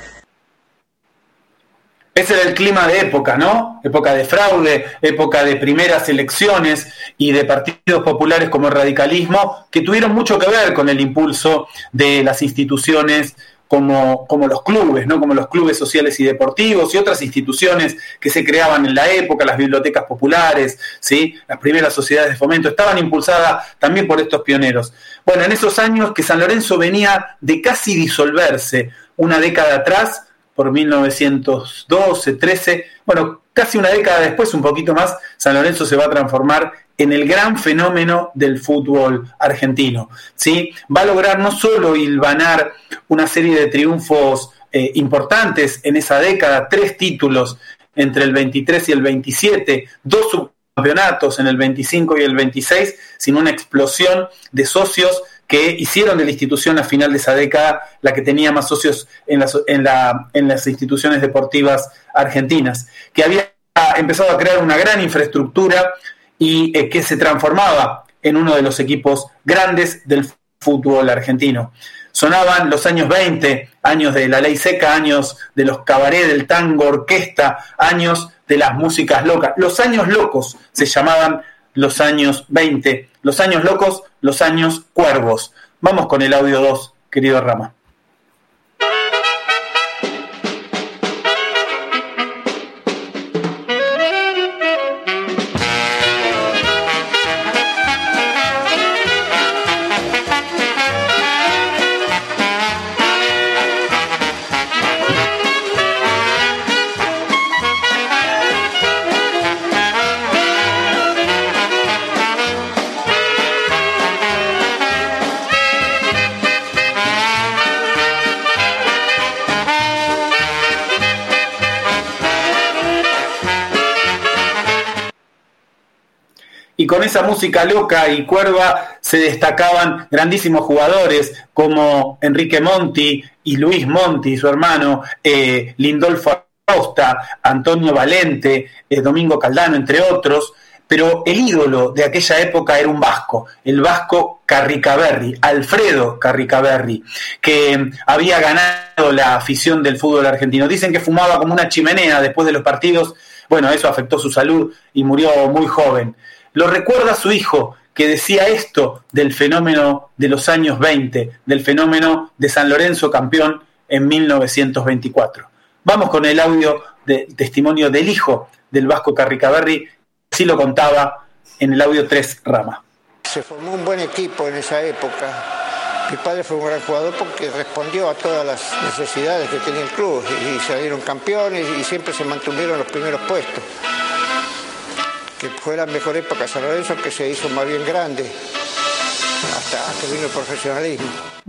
Ese era el clima de época, ¿no? Época de fraude, época de primeras elecciones y de partidos populares como el radicalismo, que tuvieron mucho que ver con el impulso de las instituciones como los clubes, ¿no? Como los clubes sociales y deportivos y otras instituciones que se creaban en la época, las bibliotecas populares, ¿sí? Las primeras sociedades de fomento, estaban impulsadas también por estos pioneros. Bueno, en esos años que San Lorenzo venía de casi disolverse, una década atrás, por 1912, 13, bueno, casi una década después, un poquito más, San Lorenzo se va a transformar en el gran fenómeno del fútbol argentino, ¿sí? Va a lograr no solo hilvanar una serie de triunfos importantes en esa década, 3 títulos entre el 23 y el 27, 2 subcampeonatos en el 25 y el 26, sino una explosión de socios que hicieron de la institución a final de esa década la que tenía más socios en las instituciones deportivas argentinas, que había empezado a crear una gran infraestructura y que se transformaba en uno de los equipos grandes del fútbol argentino. Sonaban los años 20, años de la ley seca, años de los cabarets, del tango, orquesta, años de las músicas locas. Los años locos se llamaban los años 20, los años locos, los años cuervos. Vamos con el audio 2, querido Rama. Y con esa música loca y cuerva se destacaban grandísimos jugadores como Enrique Monti y Luis Monti, su hermano, Lindolfo Acosta, Antonio Valente, Domingo Caldano, entre otros. Pero el ídolo de aquella época era un vasco, el vasco Carricaberri, Alfredo Carricaberri, que había ganado la afición del fútbol argentino. Dicen que fumaba como una chimenea después de los partidos. Bueno, eso afectó su salud y murió muy joven. Lo recuerda su hijo, que decía esto del fenómeno de los años 20, del fenómeno de San Lorenzo campeón en 1924. Vamos con el audio de testimonio del hijo del vasco Carricaberri, así lo contaba en el audio 3 Rama. Se formó un buen equipo en esa época. Mi padre fue un gran jugador porque respondió a todas las necesidades que tenía el club y salieron campeones y siempre se mantuvieron los primeros puestos. Que fue la mejor época de San Lorenzo, que se hizo más bien grande hasta que vino el profesionalismo.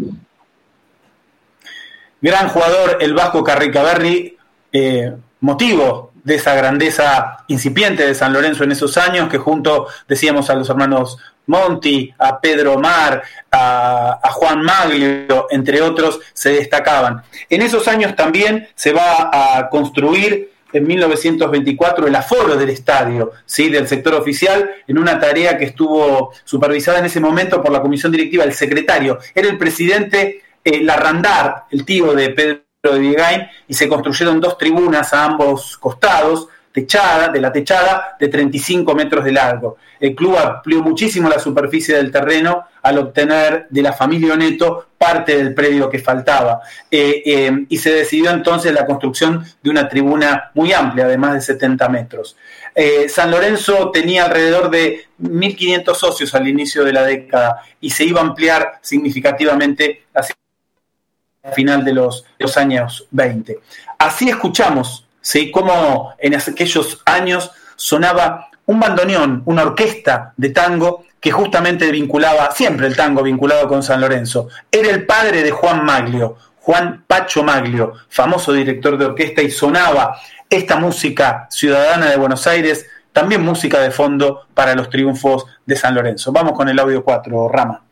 Gran jugador el vasco Carricaberri, motivo de esa grandeza incipiente de San Lorenzo en esos años, que junto, decíamos, a los hermanos Monti, a Pedro Mar, a Juan Maglio, entre otros, se destacaban. En esos años también se va a construir en 1924 el aforo del estadio, ¿sí? Del sector oficial, en una tarea que estuvo supervisada en ese momento por la comisión directiva. El secretario era el presidente Larrandar, el tío de Pedro de Viegain, y se construyeron 2 tribunas a ambos costados, de la techada de 35 metros de largo. El club amplió muchísimo la superficie del terreno al obtener de la familia Oneto parte del predio que faltaba. Y se decidió entonces la construcción de una tribuna muy amplia, de más de 70 metros. San Lorenzo tenía alrededor de 1.500 socios al inicio de la década y se iba a ampliar significativamente hacia el final de los años 20. Así escuchamos, ¿sí?, cómo en aquellos años sonaba un bandoneón, una orquesta de tango que justamente vinculaba, siempre el tango vinculado con San Lorenzo. Era el padre de Juan Maglio, Juan Pacho Maglio, famoso director de orquesta, y sonaba esta música ciudadana de Buenos Aires, también música de fondo para los triunfos de San Lorenzo. Vamos con el audio 4, Rama.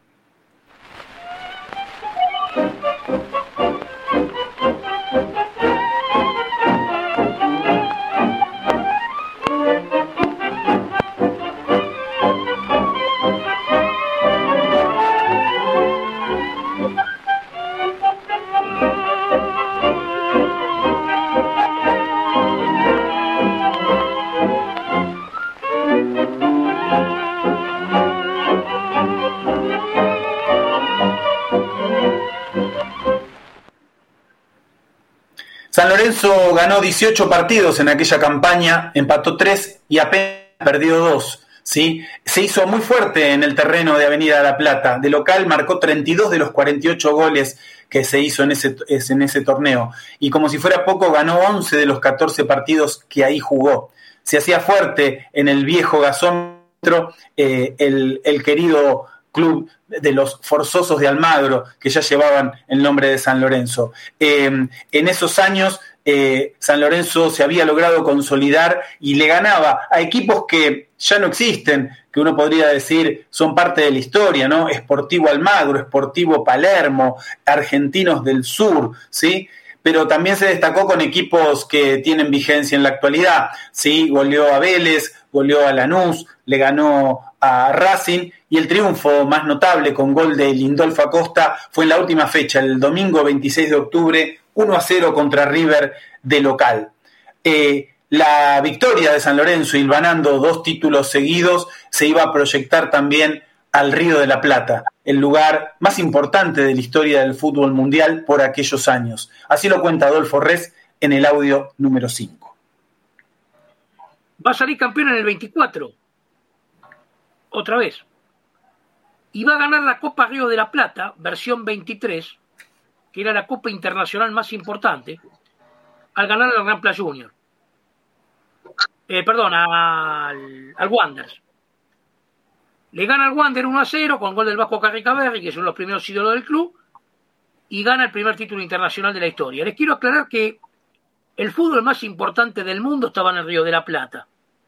Lorenzo ganó 18 partidos en aquella campaña, empató 3 y apenas perdió 2. ¿Sí? Se hizo muy fuerte en el terreno de Avenida La Plata. De local marcó 32 de los 48 goles que se hizo en ese torneo. Y como si fuera poco, ganó 11 de los 14 partidos que ahí jugó. Se hacía fuerte en el viejo gasómetro el querido club de los Forzosos de Almagro, que ya llevaban el nombre de San Lorenzo. En esos años San Lorenzo se había logrado consolidar y le ganaba a equipos que ya no existen, que uno podría decir son parte de la historia, ¿no? Sportivo Almagro, Sportivo Palermo, Argentinos del Sur, ¿sí? Pero también se destacó con equipos que tienen vigencia en la actualidad, ¿sí? Goleó a Vélez, goleó a Lanús, le ganó a Racing, y el triunfo más notable con gol de Lindolfo Acosta fue en la última fecha, el domingo 26 de octubre, 1-0 contra River de local. La victoria de San Lorenzo, hilvanando 2 títulos seguidos, se iba a proyectar también al Río de la Plata, el lugar más importante de la historia del fútbol mundial por aquellos años. Así lo cuenta Adolfo Res en el audio número 5. Va a salir campeón en el 24, otra vez. Y va a ganar la Copa Río de la Plata, versión 23, que era la Copa Internacional más importante, al ganar al Gran Plaza Junior. Al Wanderers. Le gana al Wander 1-0 con gol del Vasco Carricaberri, que son los primeros ídolos del club, y gana el primer título internacional de la historia. Les quiero aclarar que el fútbol más importante del mundo estaba en el Río de la Plata.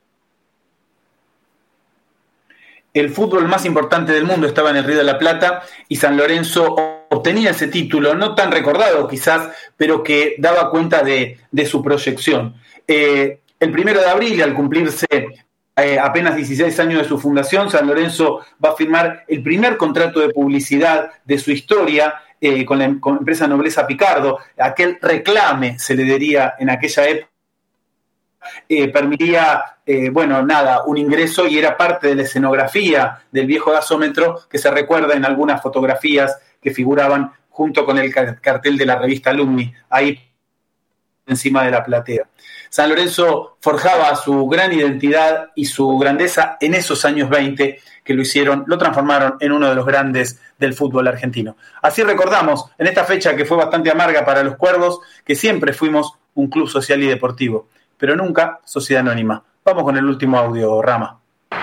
El fútbol más importante del mundo estaba en el Río de la Plata y San Lorenzo obtenía ese título, no tan recordado quizás, pero que daba cuenta de su proyección. El 1 de abril, al cumplirse apenas 16 años de su fundación, San Lorenzo va a firmar el primer contrato de publicidad de su historia con la empresa Nobleza Picardo. Aquel reclame, se le diría en aquella época, permitía, un ingreso y era parte de la escenografía del viejo gasómetro que se recuerda en algunas fotografías que figuraban junto con el cartel de la revista Alumni, ahí encima de la platea. San Lorenzo forjaba su gran identidad y su grandeza en esos años 20 que lo transformaron en uno de los grandes del fútbol argentino. Así recordamos, en esta fecha que fue bastante amarga para los Cuervos, que siempre fuimos un club social y deportivo, pero nunca sociedad anónima. Vamos con el último audio, Rama.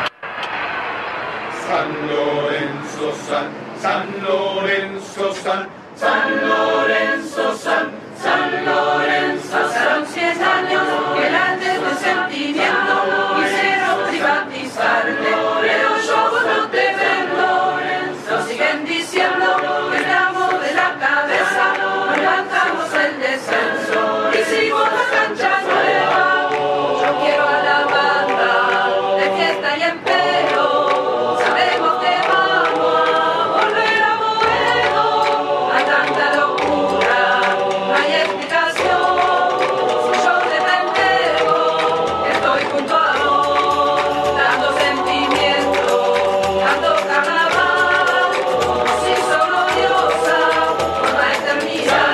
San Lorenzo, San Lorenzo, San Lorenzo, San Lorenzo. Pasaron 100 años que antes de sentimiento quisieron privatizarte, pero yo no te vendo. Nos siguen diciendo que estamos de la cabeza, no levantamos el descenso, hicimos la cancha nueva. Yo quiero a la banda de fiesta y empero, sabemos que vamos a volver a Boedo. Hay tanta locura, no hay explicación. Si yo te pendejo, estoy junto a vos, dando sentimiento, dando carnaval. Si soy odiosa por la eternidad.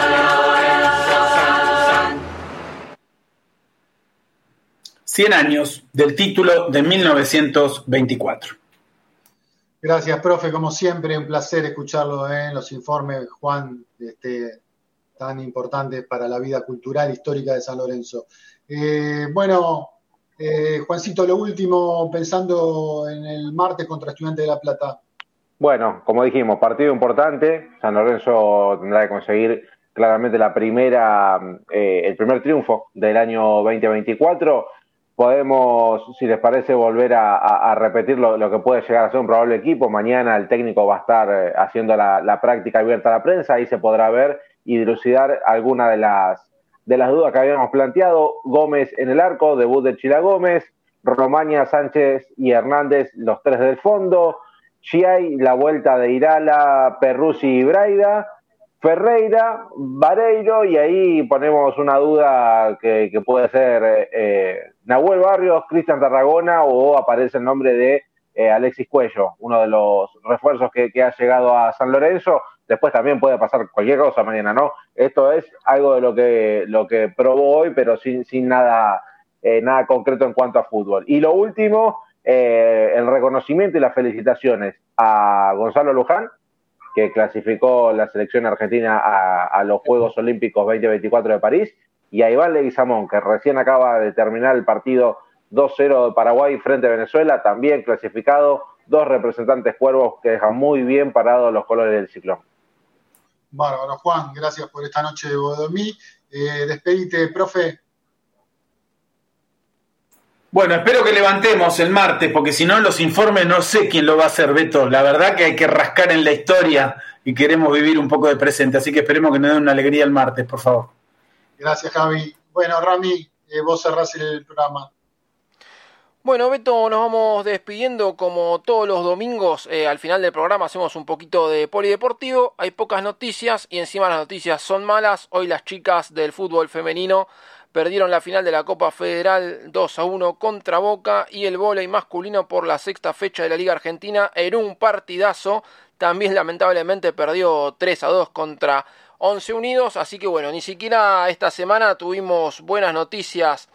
100 años del título de 1924. Gracias, profe, como siempre, un placer escucharlo en los informes, Juan, tan importantes para la vida cultural histórica de San Lorenzo. Juancito, lo último, pensando en el martes contra Estudiantes de La Plata. Bueno, como dijimos, partido importante. San Lorenzo tendrá que conseguir claramente el primer triunfo del año 2024. Podemos, si les parece, volver a repetir lo que puede llegar a ser un probable equipo. Mañana el técnico va a estar haciendo la práctica abierta a la prensa, ahí se podrá ver y dilucidar alguna de las dudas que habíamos planteado. Gómez en el arco, debut de Chila Gómez, Romaña, Sánchez y Hernández, los 3 del fondo, Chiay, la vuelta de Irala, Perruzzi y Braida, Ferreira, Vareiro, y ahí ponemos una duda que puede ser Nahuel Barrios, Cristian Tarragona, o aparece el nombre de Alexis Cuello, uno de los refuerzos que ha llegado a San Lorenzo. Después también puede pasar cualquier cosa mañana, ¿no? Esto es algo de lo que probó hoy, pero sin nada concreto en cuanto a fútbol. Y lo último, el reconocimiento y las felicitaciones a Gonzalo Luján, que clasificó la selección argentina a los Juegos Olímpicos 2024 de París, y a Iván Leguizamón, que recién acaba de terminar el partido 2-0 de Paraguay frente a Venezuela, también clasificado, 2 representantes cuervos que dejan muy bien parados los colores del Ciclón. Bárbaro, Juan, gracias por esta noche de Bodomí. Despedite, profe. Bueno, espero que levantemos el martes, porque si no, los informes no sé quién lo va a hacer, Beto. La verdad que hay que rascar en la historia y queremos vivir un poco de presente, así que esperemos que nos den una alegría el martes, por favor. Gracias, Javi. Bueno, Rami, vos cerrás el programa. Bueno, Beto, nos vamos despidiendo como todos los domingos. Al final del programa hacemos un poquito de polideportivo. Hay pocas noticias y encima las noticias son malas. Hoy las chicas del fútbol femenino perdieron la final de la Copa Federal 2-1 contra Boca, y el vóley masculino por la 6ª fecha de la Liga Argentina en un partidazo. También lamentablemente perdió 3-2 contra 11 Unidos. Así que bueno, ni siquiera esta semana tuvimos buenas noticias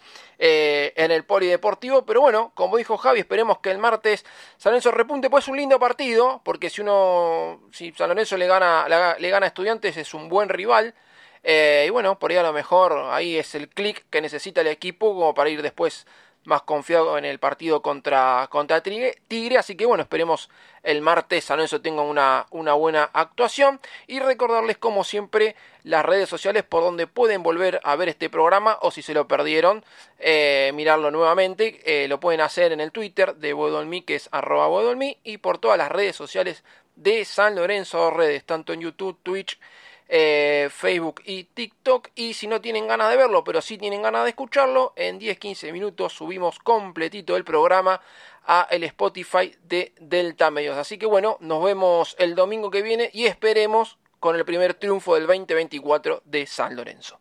en el polideportivo, pero bueno, como dijo Javi, esperemos que el martes San Lorenzo repunte, pues es un lindo partido, porque si San Lorenzo le gana a Estudiantes es un buen rival, y bueno, por ahí a lo mejor ahí es el clic que necesita el equipo como para ir después más confiado en el partido contra Tigre, así que bueno, esperemos el martes San Lorenzo tenga una buena actuación, y recordarles como siempre las redes sociales por donde pueden volver a ver este programa, o si se lo perdieron, mirarlo nuevamente. Lo pueden hacer en el Twitter de Boedolmi, que es @Boedolmi, y por todas las redes sociales de San Lorenzo Redes, tanto en YouTube, Twitch, Facebook y TikTok. Y si no tienen ganas de verlo, pero sí tienen ganas de escucharlo, en 10-15 minutos subimos completito el programa a el Spotify de Delta Medios. Así que bueno, nos vemos el domingo que viene y esperemos con el primer triunfo del 2024 de San Lorenzo.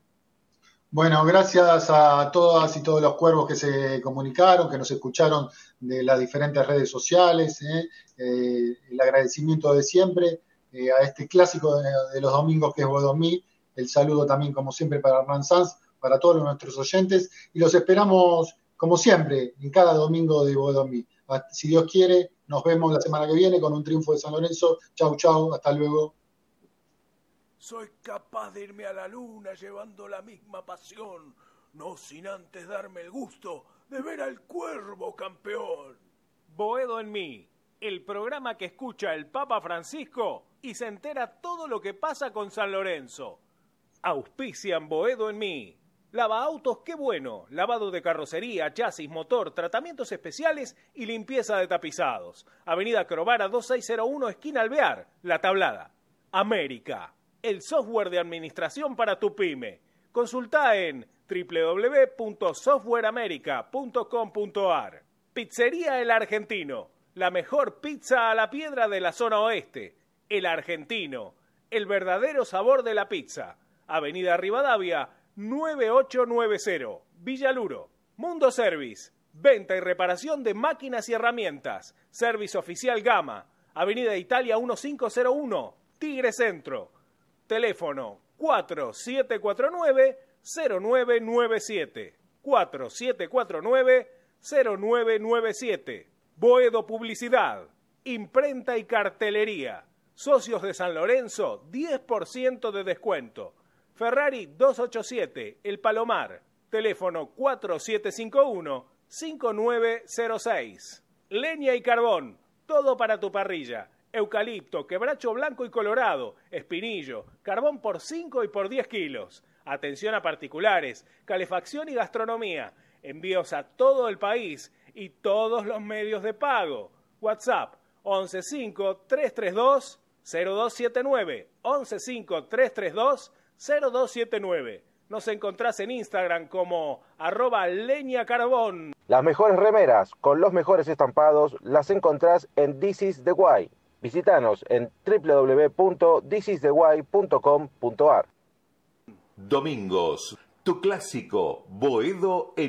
Bueno, gracias a todas y todos los cuervos que se comunicaron, que nos escucharon de las diferentes redes sociales, el agradecimiento de siempre a este clásico de los domingos que es Bodomí. El saludo también, como siempre, para Hernán Sanz, para todos nuestros oyentes, y los esperamos, como siempre, en cada domingo de Bodomí. Si Dios quiere, nos vemos la semana que viene con un triunfo de San Lorenzo. Chau, chau, hasta luego. Soy capaz de irme a la luna llevando la misma pasión, no sin antes darme el gusto de ver al cuervo campeón. Boedo en mí, el programa que escucha el Papa Francisco y se entera todo lo que pasa con San Lorenzo. Auspician Boedo en mí. Lava autos, qué bueno. Lavado de carrocería, chasis, motor, tratamientos especiales y limpieza de tapizados. Avenida Crovara 2601, esquina Alvear, La Tablada. América, el software de administración para tu pyme. Consulta en www.softwareamerica.com.ar. Pizzería El Argentino, la mejor pizza a la piedra de la zona oeste. El Argentino, el verdadero sabor de la pizza. Avenida Rivadavia 9890, Villaluro. Mundo Service, venta y reparación de máquinas y herramientas. Service Oficial Gama, Avenida Italia 1501, Tigre Centro. Teléfono 4749-0997. 4749-0997. Boedo Publicidad, imprenta y cartelería. Socios de San Lorenzo, 10% de descuento. Ferrari 287, El Palomar. Teléfono 4751-5906. Leña y carbón, todo para tu parrilla. Eucalipto, quebracho blanco y colorado, espinillo, carbón por 5 y por 10 kilos. Atención a particulares, calefacción y gastronomía. Envíos a todo el país y todos los medios de pago. WhatsApp 115-332-0279. 115-332-0279. Nos encontrás en Instagram como @leñacarbón. Las mejores remeras con los mejores estampados las encontrás en This Is The Way. Visítanos en www.thisistheway.com.ar. Domingos, tu clásico Boedo en